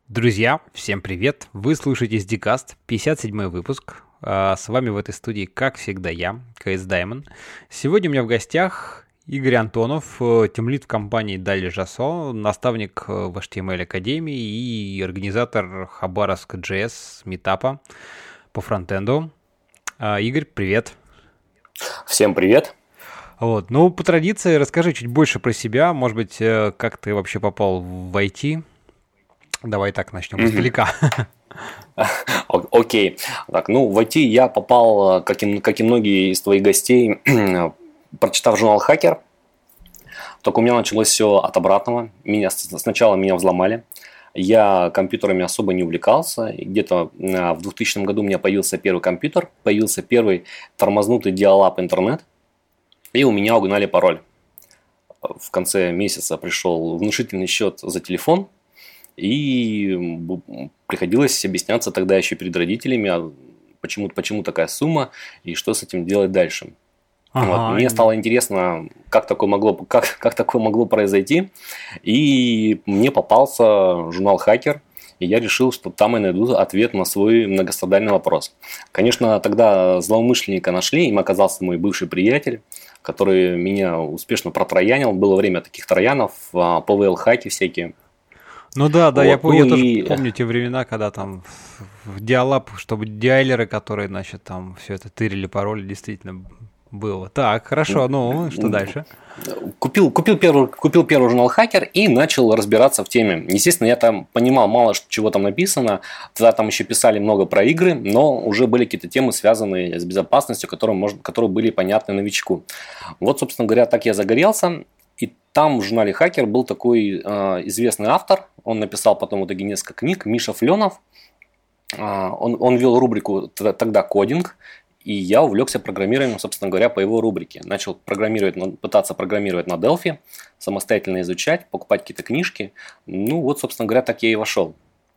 Друзья, всем привет! Вы слушаете SDCast, 57-й выпуск. С вами в этой студии, как всегда, я, CS Diamond. Сегодня у меня в гостях Игорь Антонов, тимлид в компании Дали Жасо, наставник в HTML Академии и организатор Хабаровск.js митапа по фронтенду. Игорь, привет! Всем привет! Ну, по традиции, расскажи чуть больше про себя, может быть, как ты вообще попал в IT. Давай так начнем издалека. Окей. Так, в IT я попал, как и многие из твоих гостей, прочитав журнал «Хакер». Только у меня началось все от обратного. Сначала меня взломали. Я компьютерами особо не увлекался. И где-то в 2000 году у меня появился первый компьютер, появился первый тормознутый диал-ап интернет, и у меня угнали пароль. В конце месяца пришел внушительный счет за телефон, и приходилось объясняться тогда еще перед родителями, почему такая сумма и что с этим делать дальше. Мне стало интересно, как такое могло произойти. И мне попался журнал «Хакер», и я решил, что там я найду ответ на свой многострадальный вопрос. Конечно, тогда злоумышленника нашли, им оказался мой бывший приятель, который меня успешно протроянил. Было время таких троянов, ПВЛ-хаки всякие. Я тоже помню те времена, когда там в диалап, чтобы диалеры, которые, значит, там все это тырили пароли, действительно было. Так, хорошо, что дальше? Купил первый журнал «Хакер» и начал разбираться в теме. Естественно, я там понимал мало чего там написано. Тогда там еще писали много про игры, но уже были какие-то темы, связанные с безопасностью, которые были понятны новичку. Собственно говоря, так я загорелся. И там в журнале «Хакер» был такой известный автор. Он написал потом в итоге несколько книг. Миша Фленов. Он вел рубрику тогда «Кодинг». И я увлекся программированием, собственно говоря, по его рубрике. Начал пытаться программировать на Delphi, самостоятельно изучать, покупать какие-то книжки. Собственно говоря, так я и вошел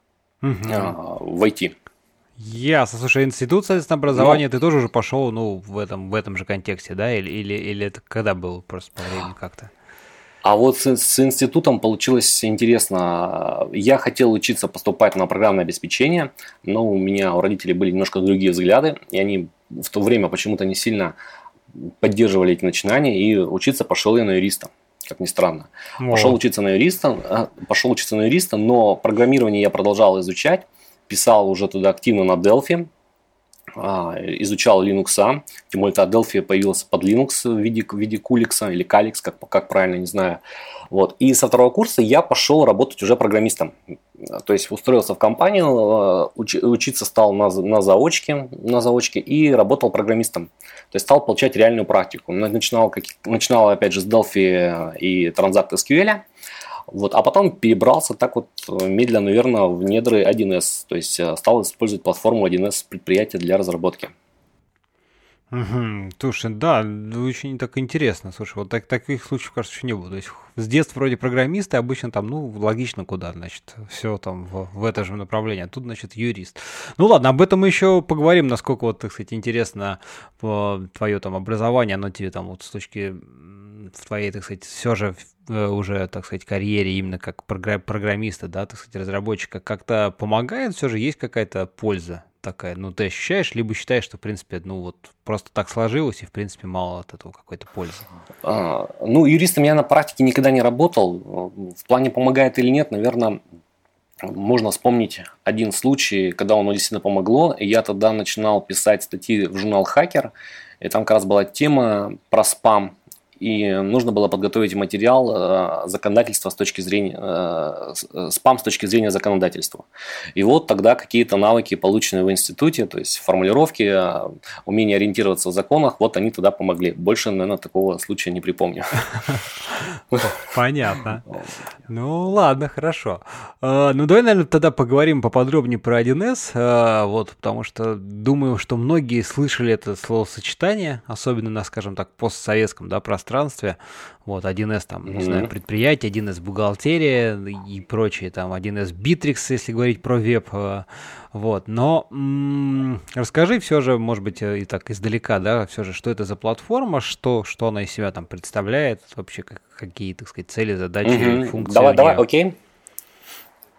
в IT. Ясно. Слушай, институт, соответственно, образования ты тоже уже пошел в этом же контексте, да? Или это когда было просто по времени как-то? С институтом получилось интересно. Я хотел учиться поступать на программное обеспечение, но у родителей были немножко другие взгляды, и они в то время почему-то не сильно поддерживали эти начинания, и учиться пошел я на юриста, как ни странно. Пошел учиться на юриста, но программирование я продолжал изучать, писал уже туда активно на Delphi, изучал Linux, тем более Delphi появился под Linux в виде Куликса или Каликс, как правильно, не знаю. И со второго курса я пошел работать уже программистом. То есть устроился в компанию, учиться стал на заочке и работал программистом. То есть стал получать реальную практику. Начинал опять же с Delphi и Transact SQL. А потом перебрался так медленно, наверное, в недры 1С. То есть стал использовать платформу 1С предприятия для разработки. Слушай, да, очень так интересно. Слушай, таких случаев, кажется, еще не было. То есть с детства вроде программисты, обычно там, логично куда, значит, все там в это же направление. А тут, значит, юрист. Ладно, об этом мы еще поговорим, насколько, так сказать, интересно твое там образование, оно тебе там с точки в твоей, так сказать, все же уже, так сказать, карьере именно как программиста, да, так сказать, разработчика, как-то помогает, все же есть какая-то польза такая, ты ощущаешь, либо считаешь, что, в принципе, просто так сложилось, и, в принципе, мало от этого какой-то пользы? Юристом я на практике никогда не работал. В плане помогает или нет, наверное, можно вспомнить один случай, когда оно действительно помогло. Я тогда начинал писать статьи в журнал «Хакер», и там как раз была тема про спам. И нужно было подготовить материал законодательства с точки зрения спам с точки зрения законодательства. И тогда какие-то навыки, полученные в институте, то есть формулировки, умение ориентироваться в законах, они тогда помогли. Больше, наверное, такого случая не припомню. Понятно. Ладно, хорошо. Давай, наверное, тогда поговорим поподробнее про 1С, потому что думаю, что многие слышали это словосочетание, особенно на, скажем так, постсоветском, да, пространстве. 1С там, не знаю, предприятие, 1С бухгалтерия и прочее, там 1С Bittrex, если говорить про веб. Но расскажи все же, может быть, и так издалека, да, все же, что это за платформа, что она из себя там представляет, вообще какие, так сказать, цели, задачи, функции. Давай, окей.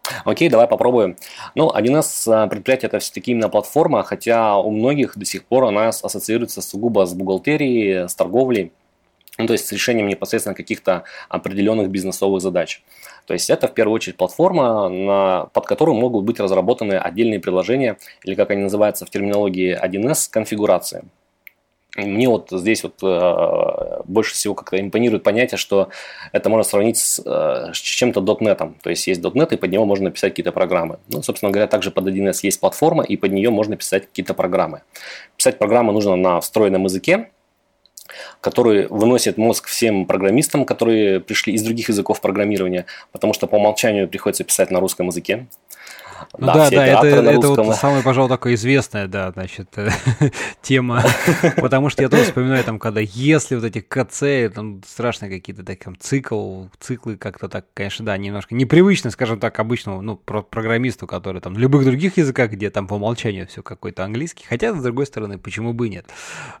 Окей, давай попробуем. Ну, 1С предприятие это все-таки именно платформа, хотя у многих до сих пор она ассоциируется сугубо с бухгалтерией, с торговлей, ну, то есть с решением непосредственно каких-то определенных бизнесовых задач. То есть это в первую очередь платформа, под которую могут быть разработаны отдельные приложения, или как они называются в терминологии 1С, конфигурации. Мне вот здесь вот больше всего как-то импонирует понятие, что это можно сравнить с чем-то .NET. То есть есть .NET, и под него можно писать какие-то программы. Ну, собственно говоря, также под 1С есть платформа, и под нее можно писать какие-то программы. Писать программы нужно на встроенном языке, который выносит мозг всем программистам, которые пришли из других языков программирования, потому что по умолчанию приходится писать на русском языке. Ну да, это вот самая, пожалуй, такая известная, да, значит, тема, потому что я тоже вспоминаю, там, когда если вот эти КЦ, там страшные какие-то такие циклы как-то так, конечно, да, немножко непривычно, скажем так, обычному, ну, программисту, который там в любых других языках, где там по умолчанию все какой-то английский, хотя, с другой стороны, почему бы и нет.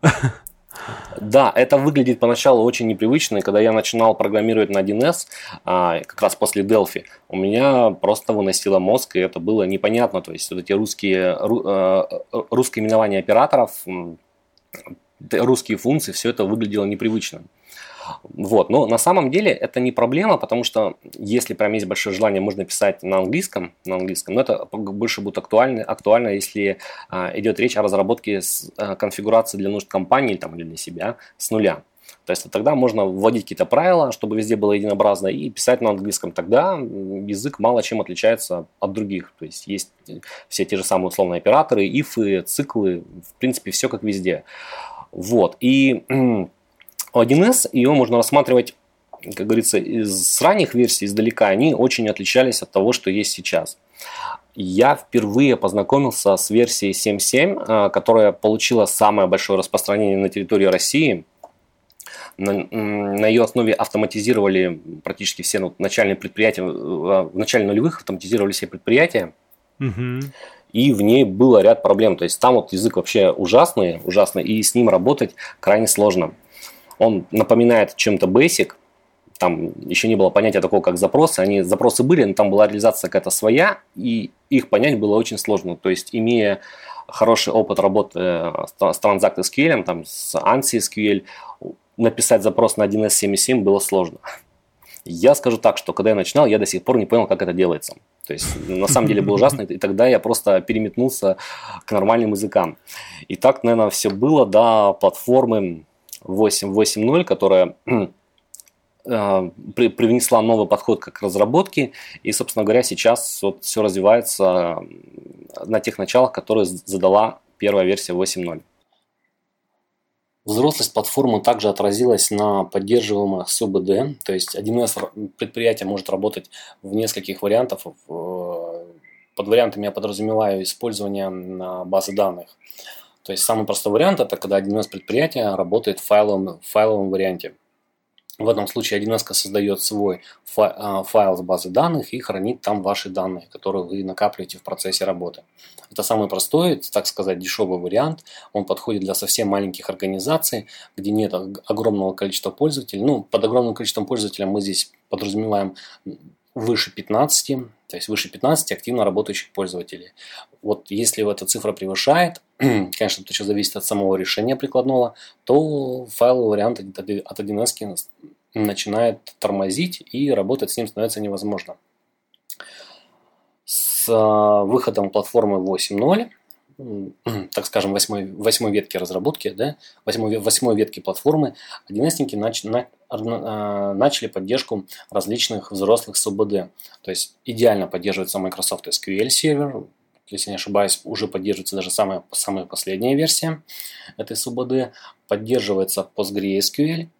Да, это выглядит поначалу очень непривычно, и когда я начинал программировать на 1С, как раз после Delphi, у меня просто выносило мозг, и это было непонятно, то есть вот эти русские именования операторов, русские функции, все это выглядело непривычно. Вот. Но на самом деле это не проблема, потому что если прям есть большое желание, можно писать на английском, но это больше будет актуально, если идет речь о разработке конфигурации для нужд компании там, или для себя с нуля. То есть тогда можно вводить какие-то правила, чтобы везде было единообразно, и писать на английском. Тогда язык мало чем отличается от других. То есть есть все те же самые условные операторы, ифы, циклы, в принципе, все как везде. Вот. И 1С, ее можно рассматривать, как говорится, с ранних версий, издалека, они очень отличались от того, что есть сейчас. Я впервые познакомился с версией 7.7, которая получила самое большое распространение на территории России. На ее основе автоматизировали практически все начальные предприятия, в начале нулевых автоматизировали все предприятия. И в ней был ряд проблем. То есть там вот язык вообще ужасный, и с ним работать крайне сложно. Он напоминает чем-то Basic, там еще не было понятия такого, как запросы. Запросы были, но там была реализация какая-то своя, и их понять было очень сложно. То есть, имея хороший опыт работы с Transact SQL, там, с ANSI SQL, написать запрос на 1С 7.7 было сложно. Я скажу так, что когда я начинал, я до сих пор не понял, как это делается. То есть, на самом деле было ужасно, и тогда я просто переметнулся к нормальным языкам. И так, наверное, все было до платформы 8.8.0, которая привнесла новый подход к разработке, и, собственно говоря, сейчас вот все развивается на тех началах, которые задала первая версия 8.0. Взрослость платформы также отразилась на поддерживаемых СУБД, то есть 1С предприятие может работать в нескольких вариантах. Под вариантами я подразумеваю использование базы данных. То есть самый простой вариант – это когда 1С предприятие работает в файловом варианте. В этом случае 1С создает свой файл с базы данных и хранит там ваши данные, которые вы накапливаете в процессе работы. Это самый простой, так сказать, дешевый вариант. Он подходит для совсем маленьких организаций, где нет огромного количества пользователей. Ну, под огромным количеством пользователей мы здесь подразумеваем выше 15, то есть выше 15 активно работающих пользователей. Вот если эта цифра превышает, конечно, это еще зависит от самого решения прикладного, то файловый вариант от 1С начинает тормозить, и работать с ним становится невозможно. С выходом платформы 8.0, так скажем, восьмой ветки разработки, да, восьмой ветки платформы, 1С-ники начали поддержку различных взрослых СУБД. То есть идеально поддерживается Microsoft SQL сервер, если не ошибаюсь, уже поддерживается даже самая последняя версия этой СУБД, поддерживается PostgreSQL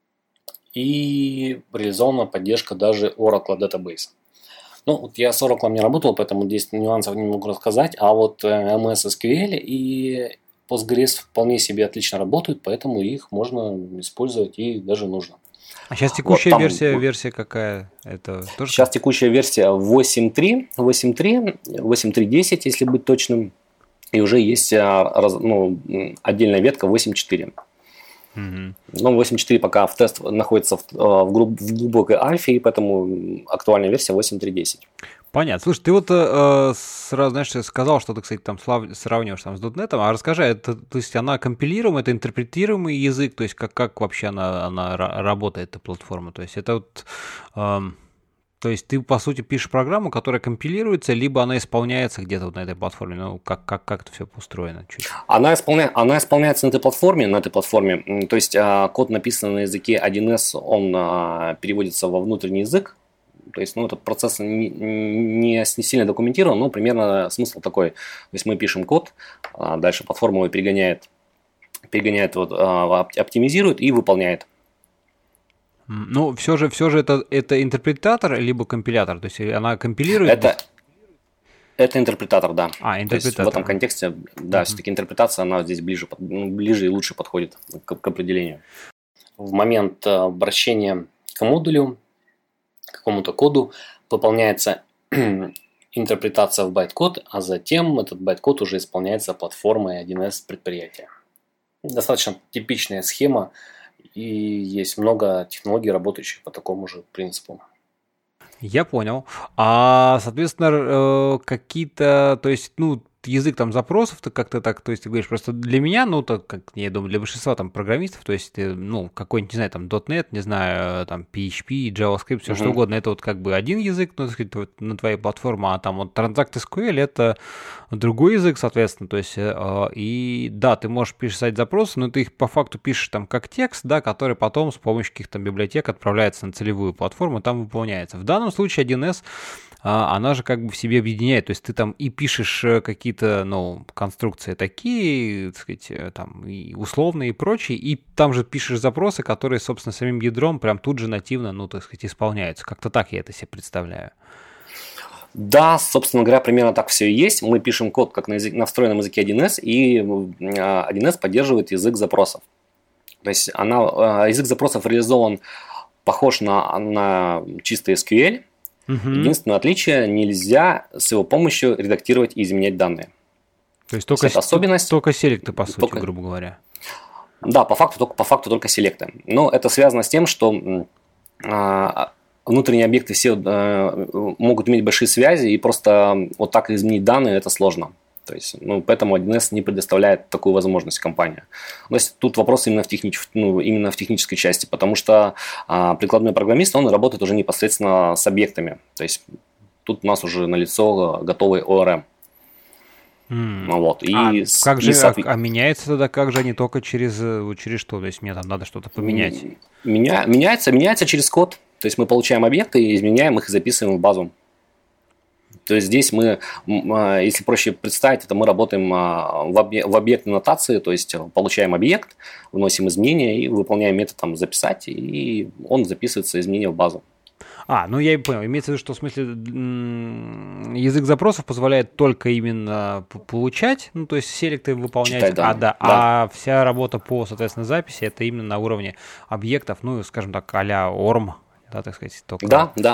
и реализована поддержка даже Oracle Database. Ну, вот я с Oracle не работал, поэтому здесь нюансов не могу рассказать, а вот MS SQL и Postgres вполне себе отлично работают, поэтому их можно использовать и даже нужно. А сейчас текущая версия какая? Это тоже... Сейчас текущая версия 8.3, 8.3.10, если быть точным, и уже есть отдельная ветка 8.4. Но 8.4 пока в тест находится в глубокой альфе, и поэтому актуальная версия 8.3.10. Понятно. Слушай, ты вот сразу, знаешь, сказал, что ты, кстати, там сравниваешь там с .NET, а расскажи, это, то есть она компилируемая, это интерпретируемый язык, то есть как вообще она работает, эта платформа? То есть это вот, то есть ты, по сути, пишешь программу, которая компилируется, либо она исполняется где-то вот на этой платформе, ну, как это все устроено? Чуть? Она исполняется на этой платформе, то есть код, написанный на языке 1С, он переводится во внутренний язык. То есть, этот процесс не сильно документирован, но примерно смысл такой. То есть мы пишем код, дальше платформа его перегоняет, оптимизирует и выполняет. Ну, все же это интерпретатор либо компилятор? То есть она компилирует? Это интерпретатор, да. Интерпретатор. То есть в этом контексте, да, все-таки интерпретация, она здесь ближе и лучше подходит к определению. В момент обращения к модулю, к какому-то коду, выполняется интерпретация в байт-код, а затем этот байт-код уже исполняется платформой 1С предприятия. Достаточно типичная схема, и есть много технологий, работающих по такому же принципу. Я понял. А, соответственно, какие-то, то есть, язык там запросов-то как-то так, то есть ты говоришь, просто для меня, так как я думаю, для большинства там программистов, то есть, какой-нибудь, не знаю, там .NET, не знаю, там PHP, JavaScript, все что угодно, это вот как бы один язык, так сказать, на твоей платформе, а там вот Transact SQL это другой язык, соответственно, то есть, и да, ты можешь писать запросы, но ты их по факту пишешь там как текст, да, который потом с помощью каких-то библиотек отправляется на целевую платформу, там выполняется. В данном случае 1С она же как бы в себе объединяет, то есть ты там и пишешь какие-то, конструкции такие, так сказать, там и условные и прочие, и там же пишешь запросы, которые, собственно, самим ядром прям тут же нативно, так сказать, исполняются. Как-то так я это себе представляю. Да, собственно говоря, примерно так все и есть. Мы пишем код как на встроенном языке 1С, и 1С поддерживает язык запросов. То есть язык запросов реализован, похож на чистый SQL. Единственное отличие, нельзя с его помощью редактировать и изменять данные. То есть только селекты, по сути, грубо говоря. Да, по факту только селекты. Но это связано с тем, что внутренние объекты все могут иметь большие связи, и просто вот так изменить данные это сложно. То есть, поэтому 1С не предоставляет такую возможность компания. То есть тут вопрос именно в технической части, потому что прикладной программист, он работает уже непосредственно с объектами. То есть тут у нас уже налицо готовый ORM. Вот. Меняется тогда как же они только через что? То есть мне там надо что-то поменять? Меняется через код. То есть мы получаем объекты, изменяем их и записываем в базу. То есть здесь мы, если проще представить, это мы работаем в объектной нотации, то есть получаем объект, вносим изменения и выполняем метод там записать, и он записывается изменения в базу. Я понял. Имеется в виду, что в смысле язык запросов позволяет только именно получать, то есть селекты выполнять, читать, да. А вся работа по, соответственно, записи это именно на уровне объектов, скажем так, а-ля ORM. Да, так сказать, только...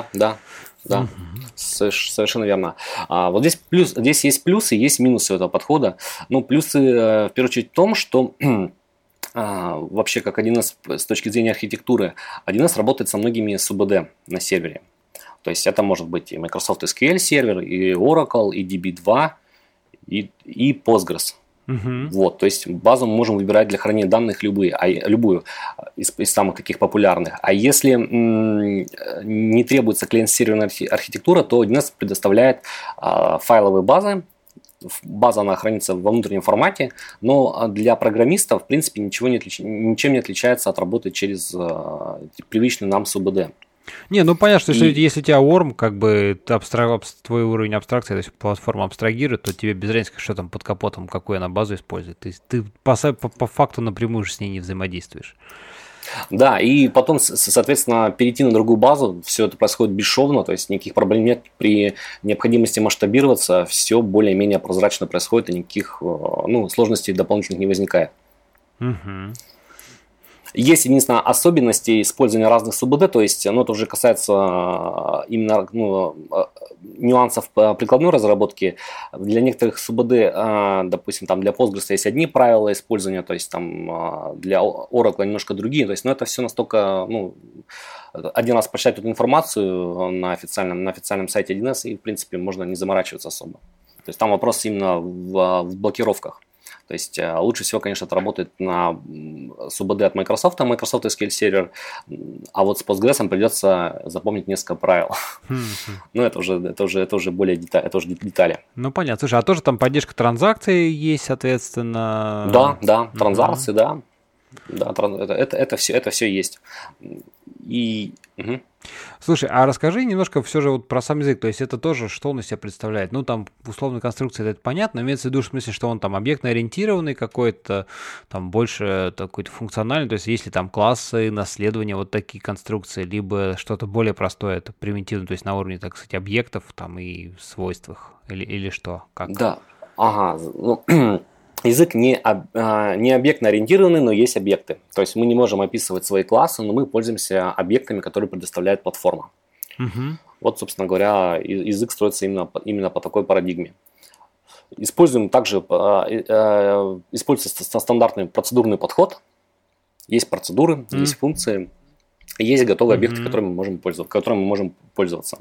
Да. Совершенно верно. Вот здесь есть плюсы, есть минусы этого подхода. Плюсы, в первую очередь, в том, что вообще как 1С с точки зрения архитектуры, 1С работает со многими СУБД на сервере. То есть это может быть и Microsoft SQL сервер, и Oracle, и DB2, и Postgres. Вот, то есть базу мы можем выбирать для хранения данных любую из самых таких популярных. А если не требуется клиент-серверная архитектура, то 1С предоставляет файловые базы. База она хранится во внутреннем формате, но для программиста в принципе ничем не отличается от работы через привычный нам СУБД. Понятно, что если у тебя ORM, как бы твой уровень абстракции, то есть платформа абстрагирует, то тебе без разницы, что там под капотом, какую она базу использует. Ты по факту напрямую же с ней не взаимодействуешь. Да, и потом, соответственно, перейти на другую базу, все это происходит бесшовно, то есть никаких проблем нет при необходимости масштабироваться, все более-менее прозрачно происходит, и никаких сложностей дополнительных не возникает. Есть единственная особенность использования разных СУБД, то есть, это уже касается именно нюансов прикладной разработки. Для некоторых СУБД, допустим, там для Postgres есть одни правила использования, то есть там для Oracle немножко другие. То есть, это все настолько, один раз почитать эту информацию на официальном сайте 1С, и в принципе можно не заморачиваться особо. То есть там вопрос именно в блокировках. То есть лучше всего, конечно, это работает на СУБД от Microsoft, Microsoft SQL Server, а вот с Postgres придется запомнить несколько правил. Но это уже более детали. Ну, понятно. Слушай, а тоже там поддержка транзакций есть, соответственно? Да, транзакции, да. Да, это все есть. И... Слушай, а расскажи немножко все же вот про сам язык, то есть это тоже что он из себя представляет? Там условная конструкция, это понятно, имеется в виду в смысле, что он там объектно-ориентированный какой-то, там больше какой-то функциональный, то есть есть ли там классы, наследования, вот такие конструкции, либо что-то более простое, это примитивно, то есть на уровне, так сказать, объектов там и свойствах, или что? Как? Да, ага, язык не объектно-ориентированный, но есть объекты. То есть мы не можем описывать свои классы, но мы пользуемся объектами, которые предоставляет платформа. Вот, собственно говоря, язык строится именно по такой парадигме. Используется стандартный процедурный подход. Есть процедуры, есть функции, есть готовые объекты, которыми мы можем пользоваться.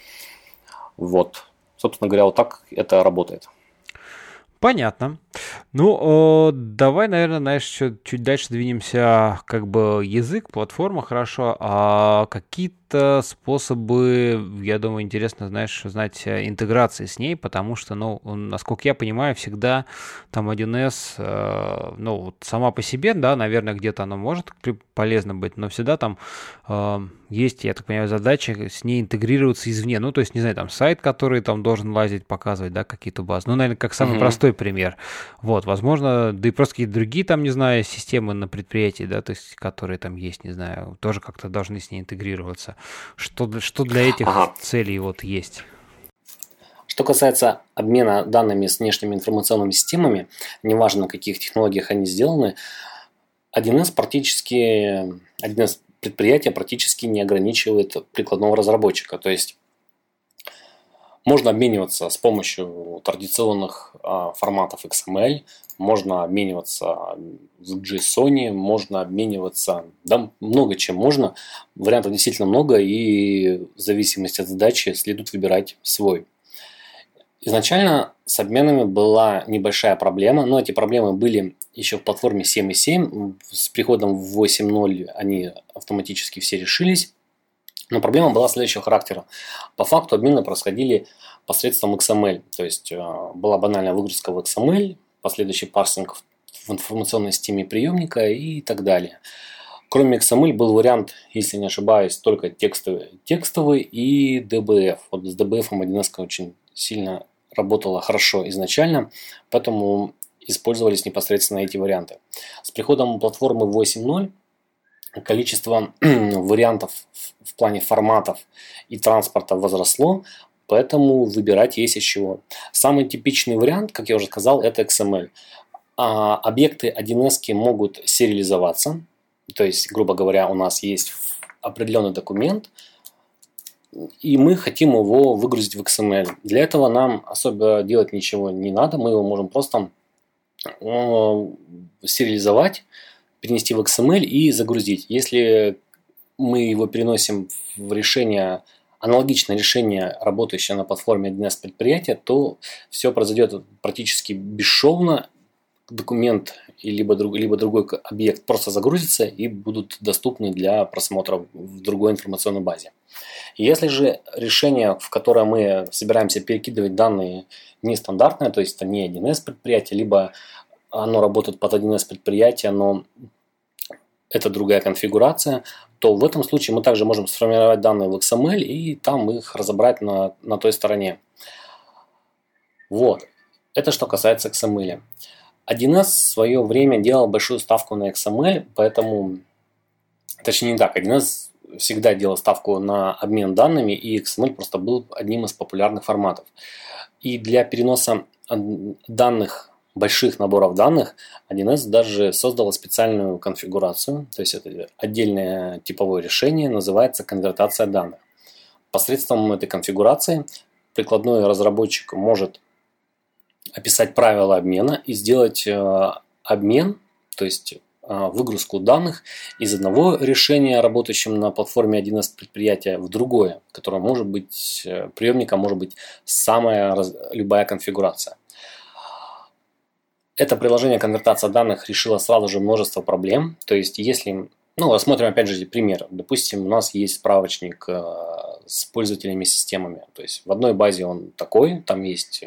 Вот. Собственно говоря, вот так это работает. Понятно. Давай, наверное, знаешь, чуть дальше двинемся, язык, платформа, хорошо, а какие-то способы, я думаю, интересно, знать интеграции с ней, потому что, насколько я понимаю, всегда там 1С, сама по себе, да, наверное, где-то она может полезно быть, но всегда там есть, я так понимаю, задача с ней интегрироваться извне, то есть, не знаю, там сайт, который там должен лазить, показывать, да, какие-то базы, наверное, как самый простой пример. Вот, возможно, да и просто какие-то другие там, не знаю, системы на предприятии, да, то есть, которые там есть, не знаю, тоже как-то должны с ней интегрироваться. Что для этих целей вот есть? Что касается обмена данными с внешними информационными системами, неважно, на каких технологиях они сделаны, 1С предприятие практически не ограничивает прикладного разработчика. То есть можно обмениваться с помощью традиционных форматов XML, можно обмениваться в JSON, можно обмениваться, да, много чем можно. Вариантов действительно много, и в зависимости от задачи следует выбирать свой. Изначально с обменами была небольшая проблема, но эти проблемы были еще в платформе 7.7. С приходом в 8.0 они автоматически все решились. Но проблема была следующего характера. По факту обмены происходили посредством XML. То есть была банальная выгрузка в XML, последующий парсинг в информационной системе приемника и так далее. Кроме XML был вариант, если не ошибаюсь, только текстовый и DBF. Вот с DBF 1С очень сильно работала хорошо изначально, поэтому использовались непосредственно эти варианты. С приходом платформы 8.0 количество вариантов в плане форматов и транспорта возросло, поэтому выбирать есть из чего. Самый типичный вариант, как я уже сказал, это XML. Объекты 1С могут сериализоваться, то есть, грубо говоря, у нас есть определенный документ, и мы хотим его выгрузить в XML. Для этого нам особо делать ничего не надо, мы его можем просто сериализовать, перенести в XML и загрузить. Если мы его переносим в решение, аналогичное решение, работающее на платформе 1С предприятия, то все произойдет практически бесшовно. Документ либо другой объект просто загрузится и будут доступны для просмотра в другой информационной базе. Если же решение, в которое мы собираемся перекидывать данные, нестандартное, то есть это не 1С предприятие, либо оно работает под 1С предприятие, но это другая конфигурация, то в этом случае мы также можем сформировать данные в XML и там их разобрать на той стороне. Вот. Это что касается XML. 1С в свое время делал большую ставку на XML, поэтому, точнее не так, 1С всегда делал ставку на обмен данными, и XML просто был одним из популярных форматов. И для переноса данных больших наборов данных 1С даже создала специальную конфигурацию, то есть это отдельное типовое решение, называется конвертация данных. Посредством этой конфигурации прикладной разработчик может описать правила обмена и сделать обмен, то есть выгрузку данных из одного решения, работающего на платформе 1С предприятия, в другое, которое может быть приемником, может быть любая конфигурация. Это приложение конвертация данных решило сразу же множество проблем. То есть, если, рассмотрим опять же пример. Допустим, у нас есть справочник с пользователями системами. То есть, в одной базе он такой, там есть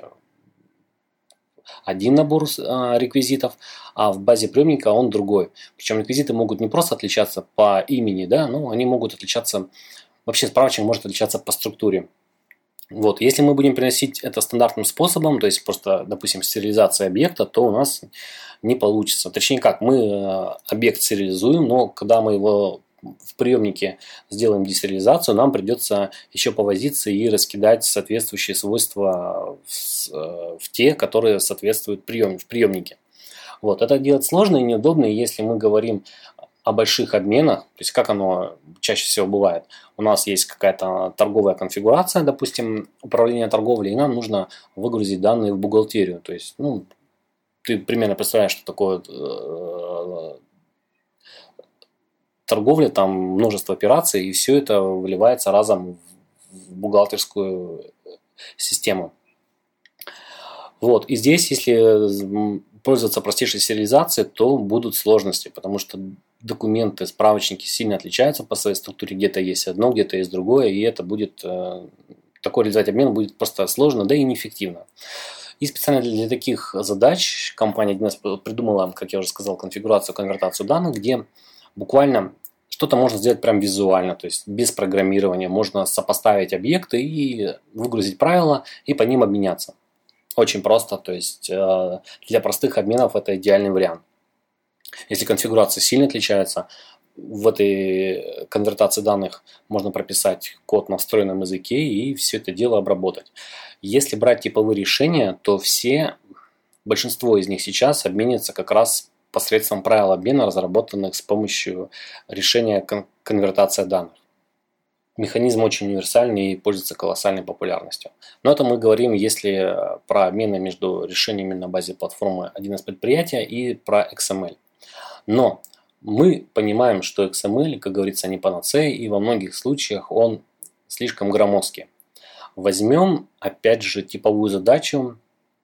один набор реквизитов, а в базе приемника он другой. Причем реквизиты могут не просто отличаться по имени, да, но они могут отличаться, вообще справочник может отличаться по структуре. Вот. Если мы будем приносить это стандартным способом, то есть просто, допустим, сериализация объекта, то у нас не получится. Точнее как, мы объект сериализуем, но когда мы его в приемнике сделаем десериализацию, нам придется еще повозиться и раскидать соответствующие свойства в те, которые соответствуют в приемнике. Вот. Это делать сложно и неудобно, если мы говорим о больших обменах, то есть как оно чаще всего бывает. У нас есть какая-то торговая конфигурация, допустим, управление торговлей, и нам нужно выгрузить данные в бухгалтерию. То есть, ты примерно представляешь, что такое торговля, там множество операций, и все это выливается разом в бухгалтерскую систему. Вот. И здесь, если пользоваться простейшей сериализацией, то будут сложности, потому что документы, справочники сильно отличаются по своей структуре. Где-то есть одно, где-то есть другое, и это будет, такой реализовать обмен будет просто сложно, да и неэффективно. И специально для таких задач компания 1С придумала, как я уже сказал, конвертацию данных, где буквально что-то можно сделать прям визуально, то есть без программирования. Можно сопоставить объекты и выгрузить правила, и по ним обменяться. Очень просто, то есть для простых обменов это идеальный вариант. Если конфигурация сильно отличается, в этой конвертации данных можно прописать код на встроенном языке и все это дело обработать. Если брать типовые решения, то большинство из них сейчас обменятся как раз посредством правил обмена, разработанных с помощью решения конвертация данных. Механизм очень универсальный и пользуется колоссальной популярностью. Но это мы говорим, если про обмены между решениями на базе платформы 1С предприятия и про XML. Но мы понимаем, что XML, как говорится, не панацея, и во многих случаях он слишком громоздкий. Возьмем, опять же, типовую задачу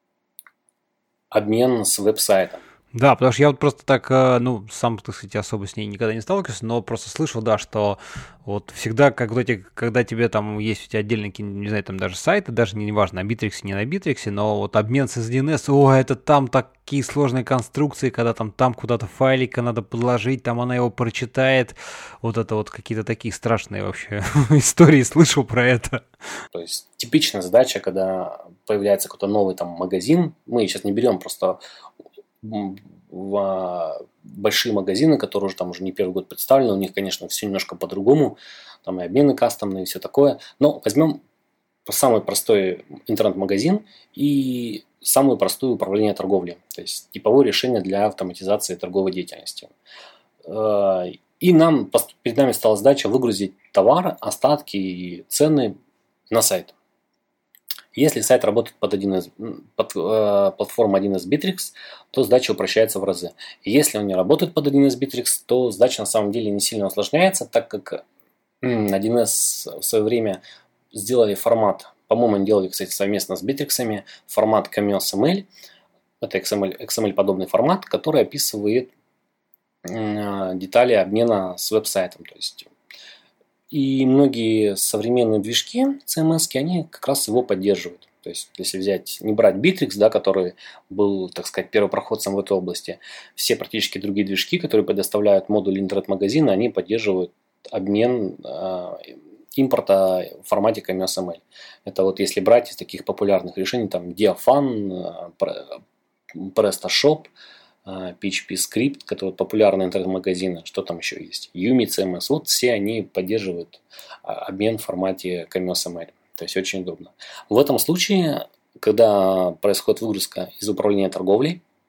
обмен с веб-сайтом. Да, потому что я вот просто так, сам, так сказать, особо с ней никогда не сталкивался, но просто слышал, да, что вот всегда, когда тебе там есть у тебя отдельные, не знаю, там даже сайты, даже неважно, на Bittrex, не на Bittrex, но вот обмен с SDNS, это там такие сложные конструкции, когда там куда-то файлика надо подложить, там она его прочитает, вот это вот какие-то такие страшные вообще истории, слышал про это. То есть типичная задача, когда появляется какой-то новый там магазин, мы сейчас не берем просто в большие магазины, которые уже там уже не первый год представлены, у них, конечно, все немножко по-другому, там и обмены кастомные, и все такое. Но возьмем самый простой интернет-магазин и самое простое управление торговлей, то есть типовое решение для автоматизации торговой деятельности. И перед нами стала задача выгрузить товар, остатки и цены на сайт. Если сайт работает под платформу 1С Bittrex, то задача упрощается в разы. И если он не работает под 1С Bittrex, то задача на самом деле не сильно усложняется, так как 1С в свое время сделали формат, по-моему, они делали, кстати, совместно с Bittrex, формат CamSML. Это XML-подобный формат, который описывает детали обмена с веб-сайтом. То есть, и многие современные движки CMS, они как раз его поддерживают. То есть, если не брать Bittrex, да, который был, так сказать, первопроходцем в этой области, все практически другие движки, которые предоставляют модуль интернет-магазина, они поддерживают обмен импорта в формате CamSML. Это вот если брать из таких популярных решений, там Diafan, PrestaShop, PHP Script, которые популярные интернет-магазины, что там еще есть, Yumi CMS, вот все они поддерживают обмен в формате CamSML, то есть очень удобно. В этом случае, когда происходит выгрузка из управления торговлей,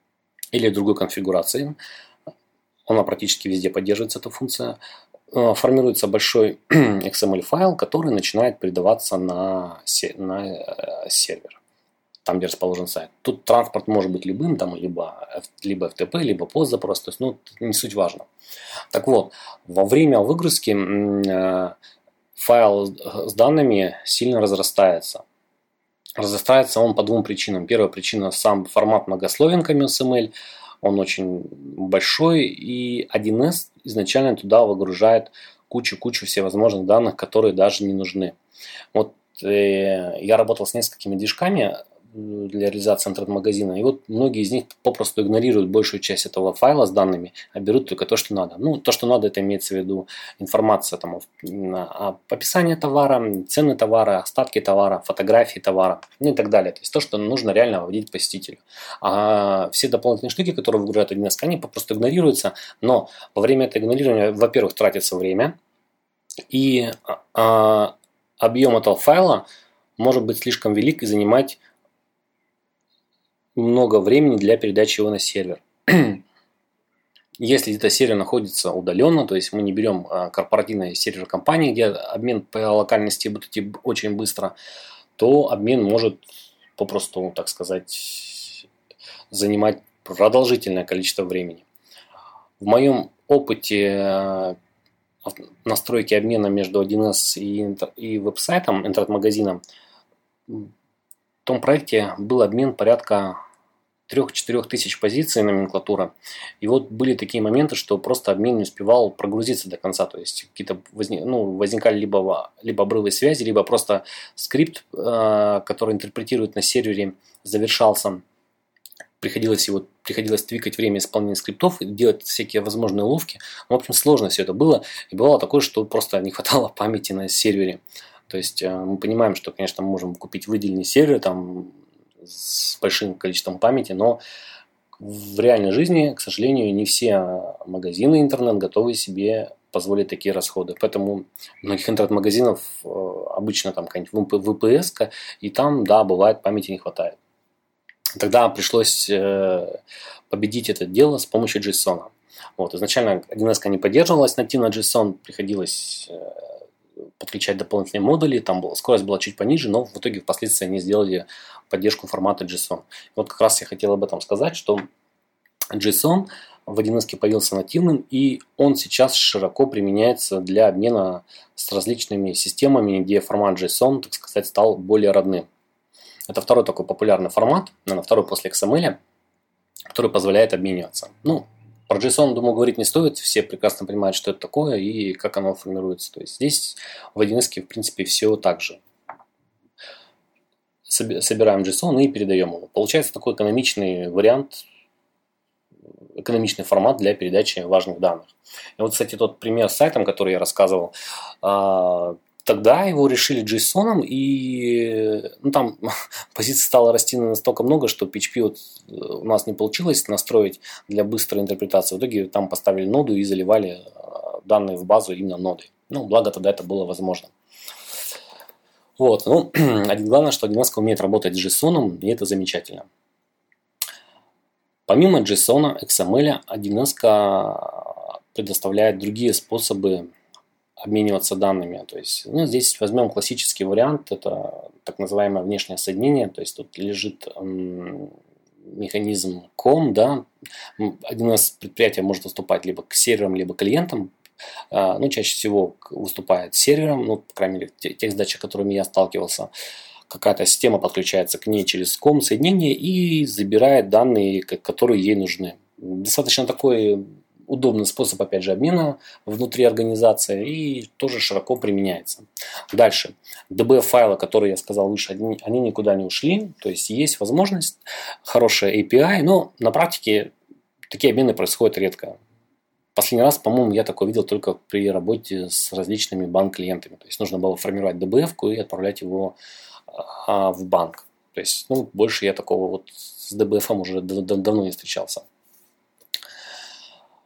или другой конфигурации, она практически везде поддерживается, эта функция, формируется большой XML-файл, который начинает передаваться на сервер, там, где расположен сайт. Тут транспорт может быть любым, там, либо FTP, либо постзапрос, то есть, не суть важно. Так вот, во время выгрузки файл с данными сильно разрастается. Разрастается он по двум причинам. Первая причина – сам формат многословен XML, он очень большой, и 1С изначально туда выгружает кучу всевозможных данных, которые даже не нужны. Вот я работал с несколькими движками для реализации интернет-магазина, и вот многие из них попросту игнорируют большую часть этого файла с данными, а берут только то, что надо. То, что надо, это имеется в виду информация там, об описании товара, цены товара, остатки товара, фотографии товара, и так далее. То есть то, что нужно реально вводить посетителю. А все дополнительные штуки, которые выгружают 1С, они попросту игнорируются, но во время этого игнорирования, во-первых, тратится время, и объем этого файла может быть слишком велик и занимать много времени для передачи его на сервер. Если где-то сервер находится удаленно, то есть мы не берем корпоративный сервер компании, где обмен по локальности будет идти очень быстро, то обмен может попросту, так сказать, занимать продолжительное количество времени. В моем опыте настройки обмена между 1С и веб-сайтом, интернет-магазином, в том проекте был обмен порядка 3-4 тысяч позиций номенклатура. И вот были такие моменты, что просто обмен не успевал прогрузиться до конца. То есть какие-то возникали либо обрывы связи, либо просто скрипт, который интерпретирует на сервере, завершался. Приходилось твикать время исполнения скриптов и делать всякие возможные уловки. В общем, сложно все это было. И бывало такое, что просто не хватало памяти на сервере. То есть мы понимаем, что, конечно, мы можем купить выделенный сервер там, с большим количеством памяти, но в реальной жизни, к сожалению, не все магазины интернет готовы себе позволить такие расходы. Поэтому у многих интернет-магазинов обычно там какая-нибудь VPS, и там, да, бывает, памяти не хватает. Тогда пришлось победить это дело с помощью JSON. Вот, изначально 1С не поддерживалась нативно JSON, приходилось подключать дополнительные модули, там скорость была чуть пониже, но в итоге впоследствии они сделали поддержку формата JSON. Вот как раз я хотел об этом сказать, что JSON в 1С появился нативным, и он сейчас широко применяется для обмена с различными системами, где формат JSON, так сказать, стал более родным. Это второй такой популярный формат, наверное, второй после XML, который позволяет обмениваться. Про JSON, думаю, говорить не стоит, все прекрасно понимают, что это такое и как оно формируется. То есть здесь в 1С, в принципе, все так же. Собираем JSON и передаем его. Получается такой экономичный вариант, экономичный формат для передачи важных данных. И вот, кстати, тот пример с сайтом, который я рассказывал, тогда его решили JSON, и там позиций стало расти настолько много, что PHP у нас не получилось настроить для быстрой интерпретации. В итоге там поставили ноду и заливали данные в базу именно нодой. Благо тогда это было возможно. Вот. Главное, что 1С умеет работать с JSON, и это замечательно. Помимо JSON, XML, 1С предоставляет другие способы обмениваться данными. То есть, здесь возьмем классический вариант, это так называемое внешнее соединение, то есть тут лежит механизм COM, да, 1С предприятие может выступать либо к серверам, либо к клиентам, чаще всего выступает сервером, по крайней мере, тех задач, с которыми я сталкивался, какая-то система подключается к ней через COM соединение и забирает данные, которые ей нужны. Достаточно такой удобный способ, опять же, обмена внутри организации и тоже широко применяется. Дальше. DB-файлы, которые я сказал выше, они никуда не ушли. То есть есть возможность, хорошая API, но на практике такие обмены происходят редко. Последний раз, по-моему, я такое видел только при работе с различными банк-клиентами. То есть нужно было формировать DBF-ку и отправлять его в банк. То есть, больше я такого с DBF уже давно не встречался.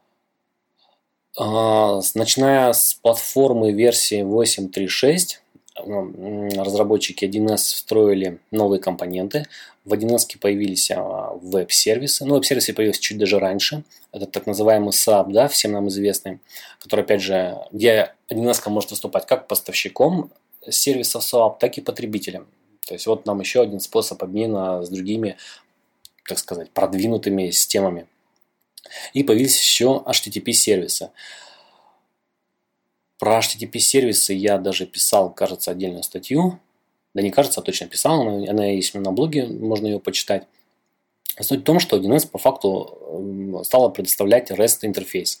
Начиная с платформы версии 8.3.6, разработчики 1С встроили новые компоненты. В 1С появились веб-сервисы. Ну, веб-сервисы появились чуть даже раньше. Это так называемый SAP, да, всем нам известный, который, опять же, где 1С может выступать как поставщиком сервисов SAP, так и потребителем. То есть вот нам еще один способ обмена с другими, так сказать, продвинутыми системами. И появились еще HTTP-сервисы. Про HTTP-сервисы я даже писал, кажется, отдельную статью. Да не кажется, а точно писал. Она есть на блоге, можно ее почитать. Суть в том, что 1С по факту стала предоставлять REST интерфейс.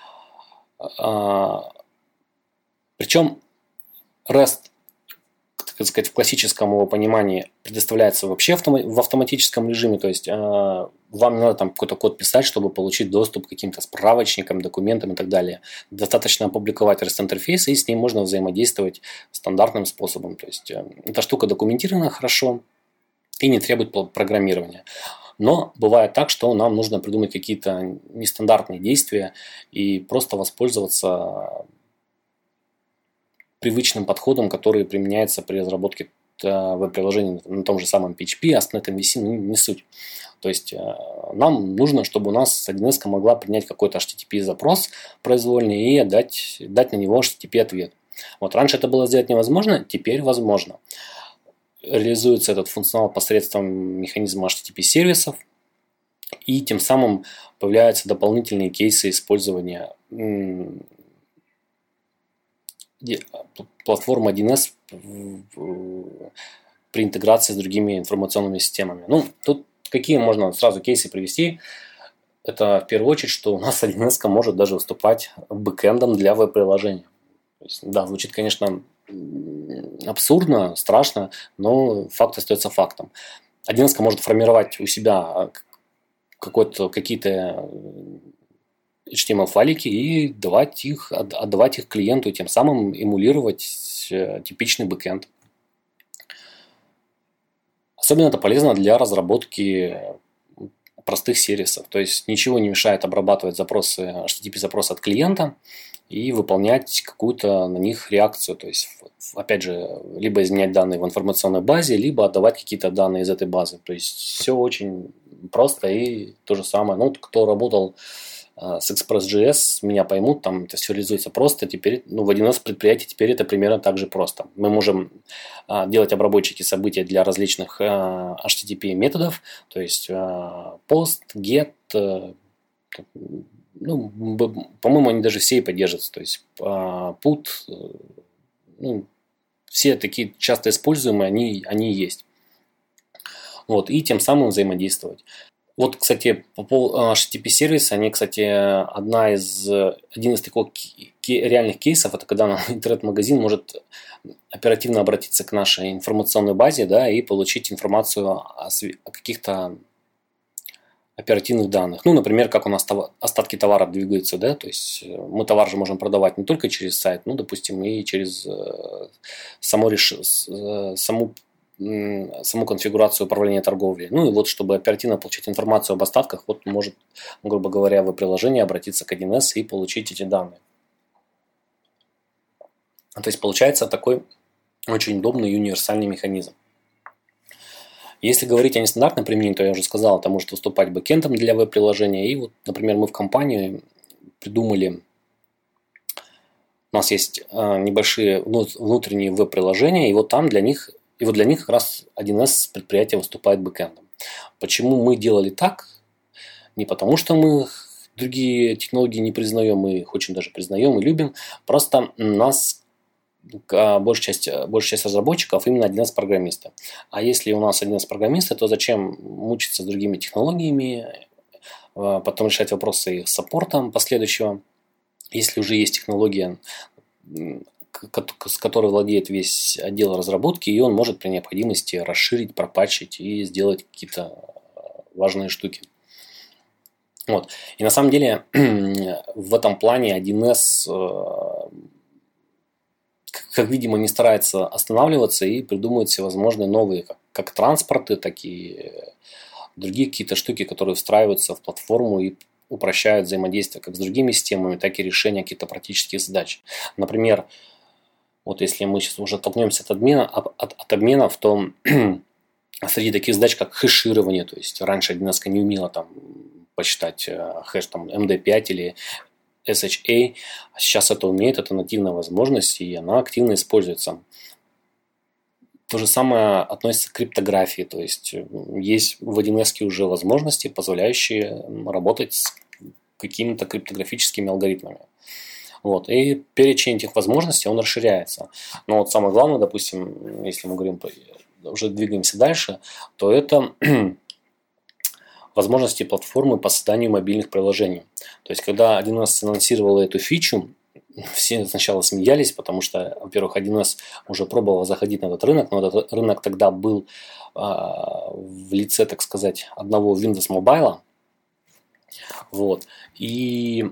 Причем REST, так сказать, в классическом его понимании предоставляется вообще в автоматическом режиме. То есть вам не надо там какой-то код писать, чтобы получить доступ к каким-то справочникам, документам и так далее. Достаточно опубликовать REST-интерфейс, и с ним можно взаимодействовать стандартным способом. То есть эта штука документирована хорошо и не требует программирования. Но бывает так, что нам нужно придумать какие-то нестандартные действия и просто воспользоваться привычным подходом, который применяется при разработке веб-приложений на том же самом PHP, ASP.NET MVC, не суть. То есть нам нужно, чтобы у нас 1С могла принять какой-то HTTP-запрос произвольный и дать на него HTTP-ответ. Вот раньше это было сделать невозможно, теперь возможно. Реализуется этот функционал посредством механизма HTTP-сервисов, и тем самым появляются дополнительные кейсы использования платформы 1С при интеграции с другими информационными системами. Ну, тут какие можно сразу кейсы привести? Это в первую очередь, что у нас 1С может даже выступать бэкэндом для веб-приложения. То есть, да, звучит, конечно, абсурдно, страшно, но факт остается фактом. 1С может формировать у себя какие-то HTML-файлики и отдавать их клиенту, и тем самым эмулировать типичный бэкэнд. Особенно это полезно для разработки простых сервисов. То есть ничего не мешает обрабатывать HTTP-запросы от клиента и выполнять какую-то на них реакцию. То есть, опять же, либо изменять данные в информационной базе, либо отдавать какие-то данные из этой базы. То есть все очень просто и то же самое. Ну, кто работал с Express.js, меня поймут, там это все реализуется просто. Теперь, в 1С предприятии теперь это примерно так же просто. Мы можем делать обработчики событий для различных HTTP методов, то есть post, get, по-моему, они даже все и поддерживаются, то есть put, все такие часто используемые, они есть. Вот, и тем самым взаимодействовать. Вот, кстати, по поводу HTTP-сервиса, один из таких реальных кейсов, это когда интернет-магазин может оперативно обратиться к нашей информационной базе, да, и получить информацию о каких-то оперативных данных. Ну, например, как у нас остатки товара двигаются, да, то есть мы товар же можем продавать не только через сайт, допустим, и через саму конфигурацию управления торговлей. Ну и вот, чтобы оперативно получить информацию об остатках, вот может, грубо говоря, в приложении обратиться к 1С и получить эти данные. То есть получается такой очень удобный и универсальный механизм. Если говорить о нестандартном применении, то я уже сказал, это может выступать бэкэндом для веб-приложения. И вот, например, мы в компании придумали, у нас есть небольшие внутренние веб-приложения, и вот для них как раз 1С предприятие выступает бэкэндом. Почему мы делали так? Не потому, что мы другие технологии не признаем, мы их очень даже признаем и любим. Просто у нас большая часть разработчиков именно 1С-программисты. А если у нас 1С-программисты, то зачем мучиться с другими технологиями, потом решать вопросы их саппортом последующего, если уже есть технология, с которой владеет весь отдел разработки, и он может при необходимости расширить, пропатчить и сделать какие-то важные штуки. Вот. И на самом деле в этом плане 1С, как видимо, не старается останавливаться и придумывает всевозможные новые, как транспорты, так и другие какие-то штуки, которые встраиваются в платформу и упрощают взаимодействие как с другими системами, так и решение каких-то практических задач. Например, Вот если мы сейчас уже толкнемся от обменов, то среди таких задач, как хэширование, то есть раньше 1С не умела там посчитать хэш там MD5 или SHA, а сейчас это умеет, это нативная возможность, и она активно используется. То же самое относится к криптографии, то есть в 1С уже возможности, позволяющие работать с какими-то криптографическими алгоритмами. Вот. И перечень этих возможностей, он расширяется. Но вот самое главное, допустим, если мы говорим, уже двигаемся дальше, то это возможности платформы по созданию мобильных приложений. То есть, когда 1С анонсировала эту фичу, все сначала смеялись, потому что, во-первых, 1С уже пробовал заходить на этот рынок, но этот рынок тогда был в лице, так сказать, одного Windows Mobile. Вот. И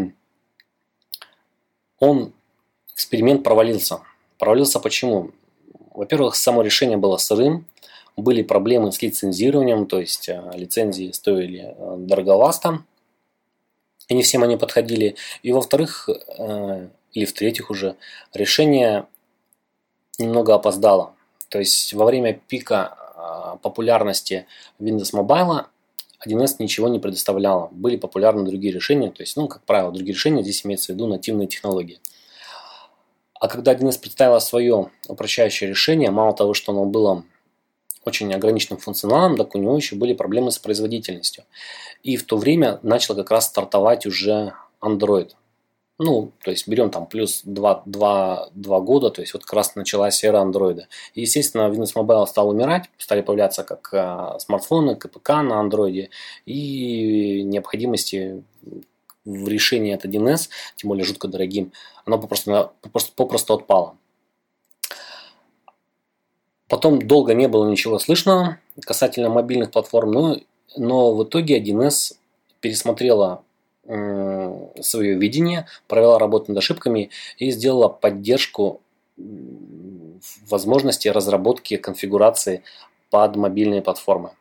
эксперимент провалился. Провалился почему? Во-первых, само решение было сырым, были проблемы с лицензированием, то есть лицензии стоили дороговасто, и не всем они подходили. И во-вторых, или в-третьих уже, решение немного опоздало. То есть во время пика популярности Windows Mobile 1С ничего не предоставляла. Были популярны другие решения, то есть, как правило, другие решения, здесь имеется в виду нативные технологии. А когда 1С представила свое упрощающее решение, мало того, что оно было очень ограниченным функционалом, так у него еще были проблемы с производительностью. И в то время начал как раз стартовать уже Android. То есть берем там плюс 2 года, то есть вот как раз началась эра Android. И, естественно, Windows Mobile стал умирать, стали появляться как смартфоны, КПК на Android, и необходимости в решении от 1С, тем более жутко дорогим, оно попросту отпало. Потом долго не было ничего слышно касательно мобильных платформ, но в итоге 1С пересмотрела свое видение, провела работу над ошибками и сделала поддержку возможности разработки конфигурации под мобильные платформы.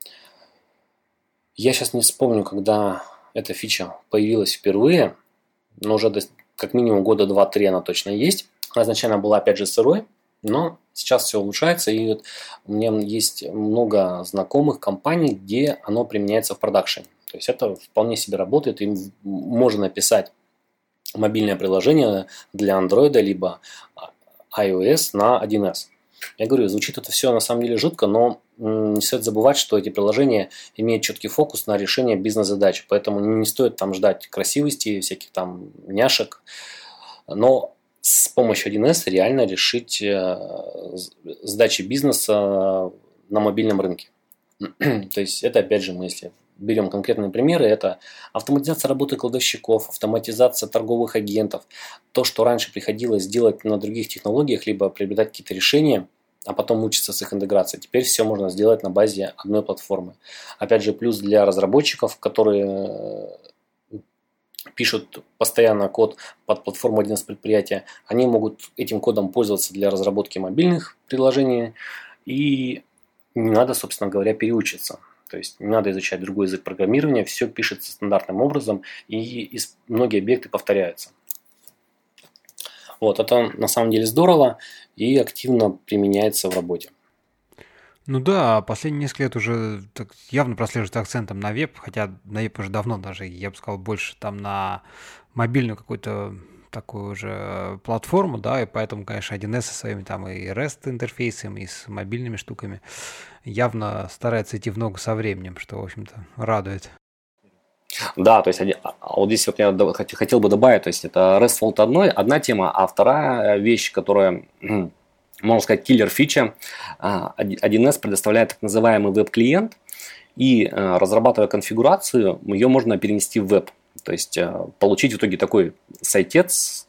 Я сейчас не вспомню, когда эта фича появилась впервые, но уже как минимум года 2-3 она точно есть. Она изначально была опять же сырой, но сейчас все улучшается, и вот у меня есть много знакомых компаний, где оно применяется в продакшене. То есть это вполне себе работает, и можно написать мобильное приложение для Android либо iOS на 1С. Я говорю, звучит это все на самом деле жутко, но не стоит забывать, что эти приложения имеют четкий фокус на решение бизнес-задач, поэтому не стоит там ждать красивости, всяких там няшек, но с помощью 1С реально решить задачи бизнеса на мобильном рынке. То есть это опять же мы, если берем конкретные примеры, это автоматизация работы кладовщиков, автоматизация торговых агентов, то, что раньше приходилось делать на других технологиях, либо приобретать какие-то решения, а потом мучиться с их интеграцией. Теперь все можно сделать на базе одной платформы. Опять же, плюс для разработчиков, которые пишут постоянно код под платформу 1С предприятия, они могут этим кодом пользоваться для разработки мобильных приложений, и не надо, собственно говоря, переучиться. То есть не надо изучать другой язык программирования, все пишется стандартным образом, и многие объекты повторяются. Вот, это на самом деле здорово и активно применяется в работе. Ну да, последние несколько лет уже так явно прослеживается акцентом на веб, хотя на веб уже давно даже, я бы сказал, больше там на мобильную какую-то такую уже платформу, да, и поэтому, конечно, 1С со своими там и REST интерфейсами, и с мобильными штуками явно старается идти в ногу со временем, что, в общем-то, радует. Да, то есть вот здесь вот я хотел бы добавить, то есть это RESTful одна тема, а вторая вещь, которая, можно сказать, киллер-фича, 1С предоставляет так называемый веб-клиент, и разрабатывая конфигурацию, ее можно перенести в веб. То есть получить в итоге такой сайтец,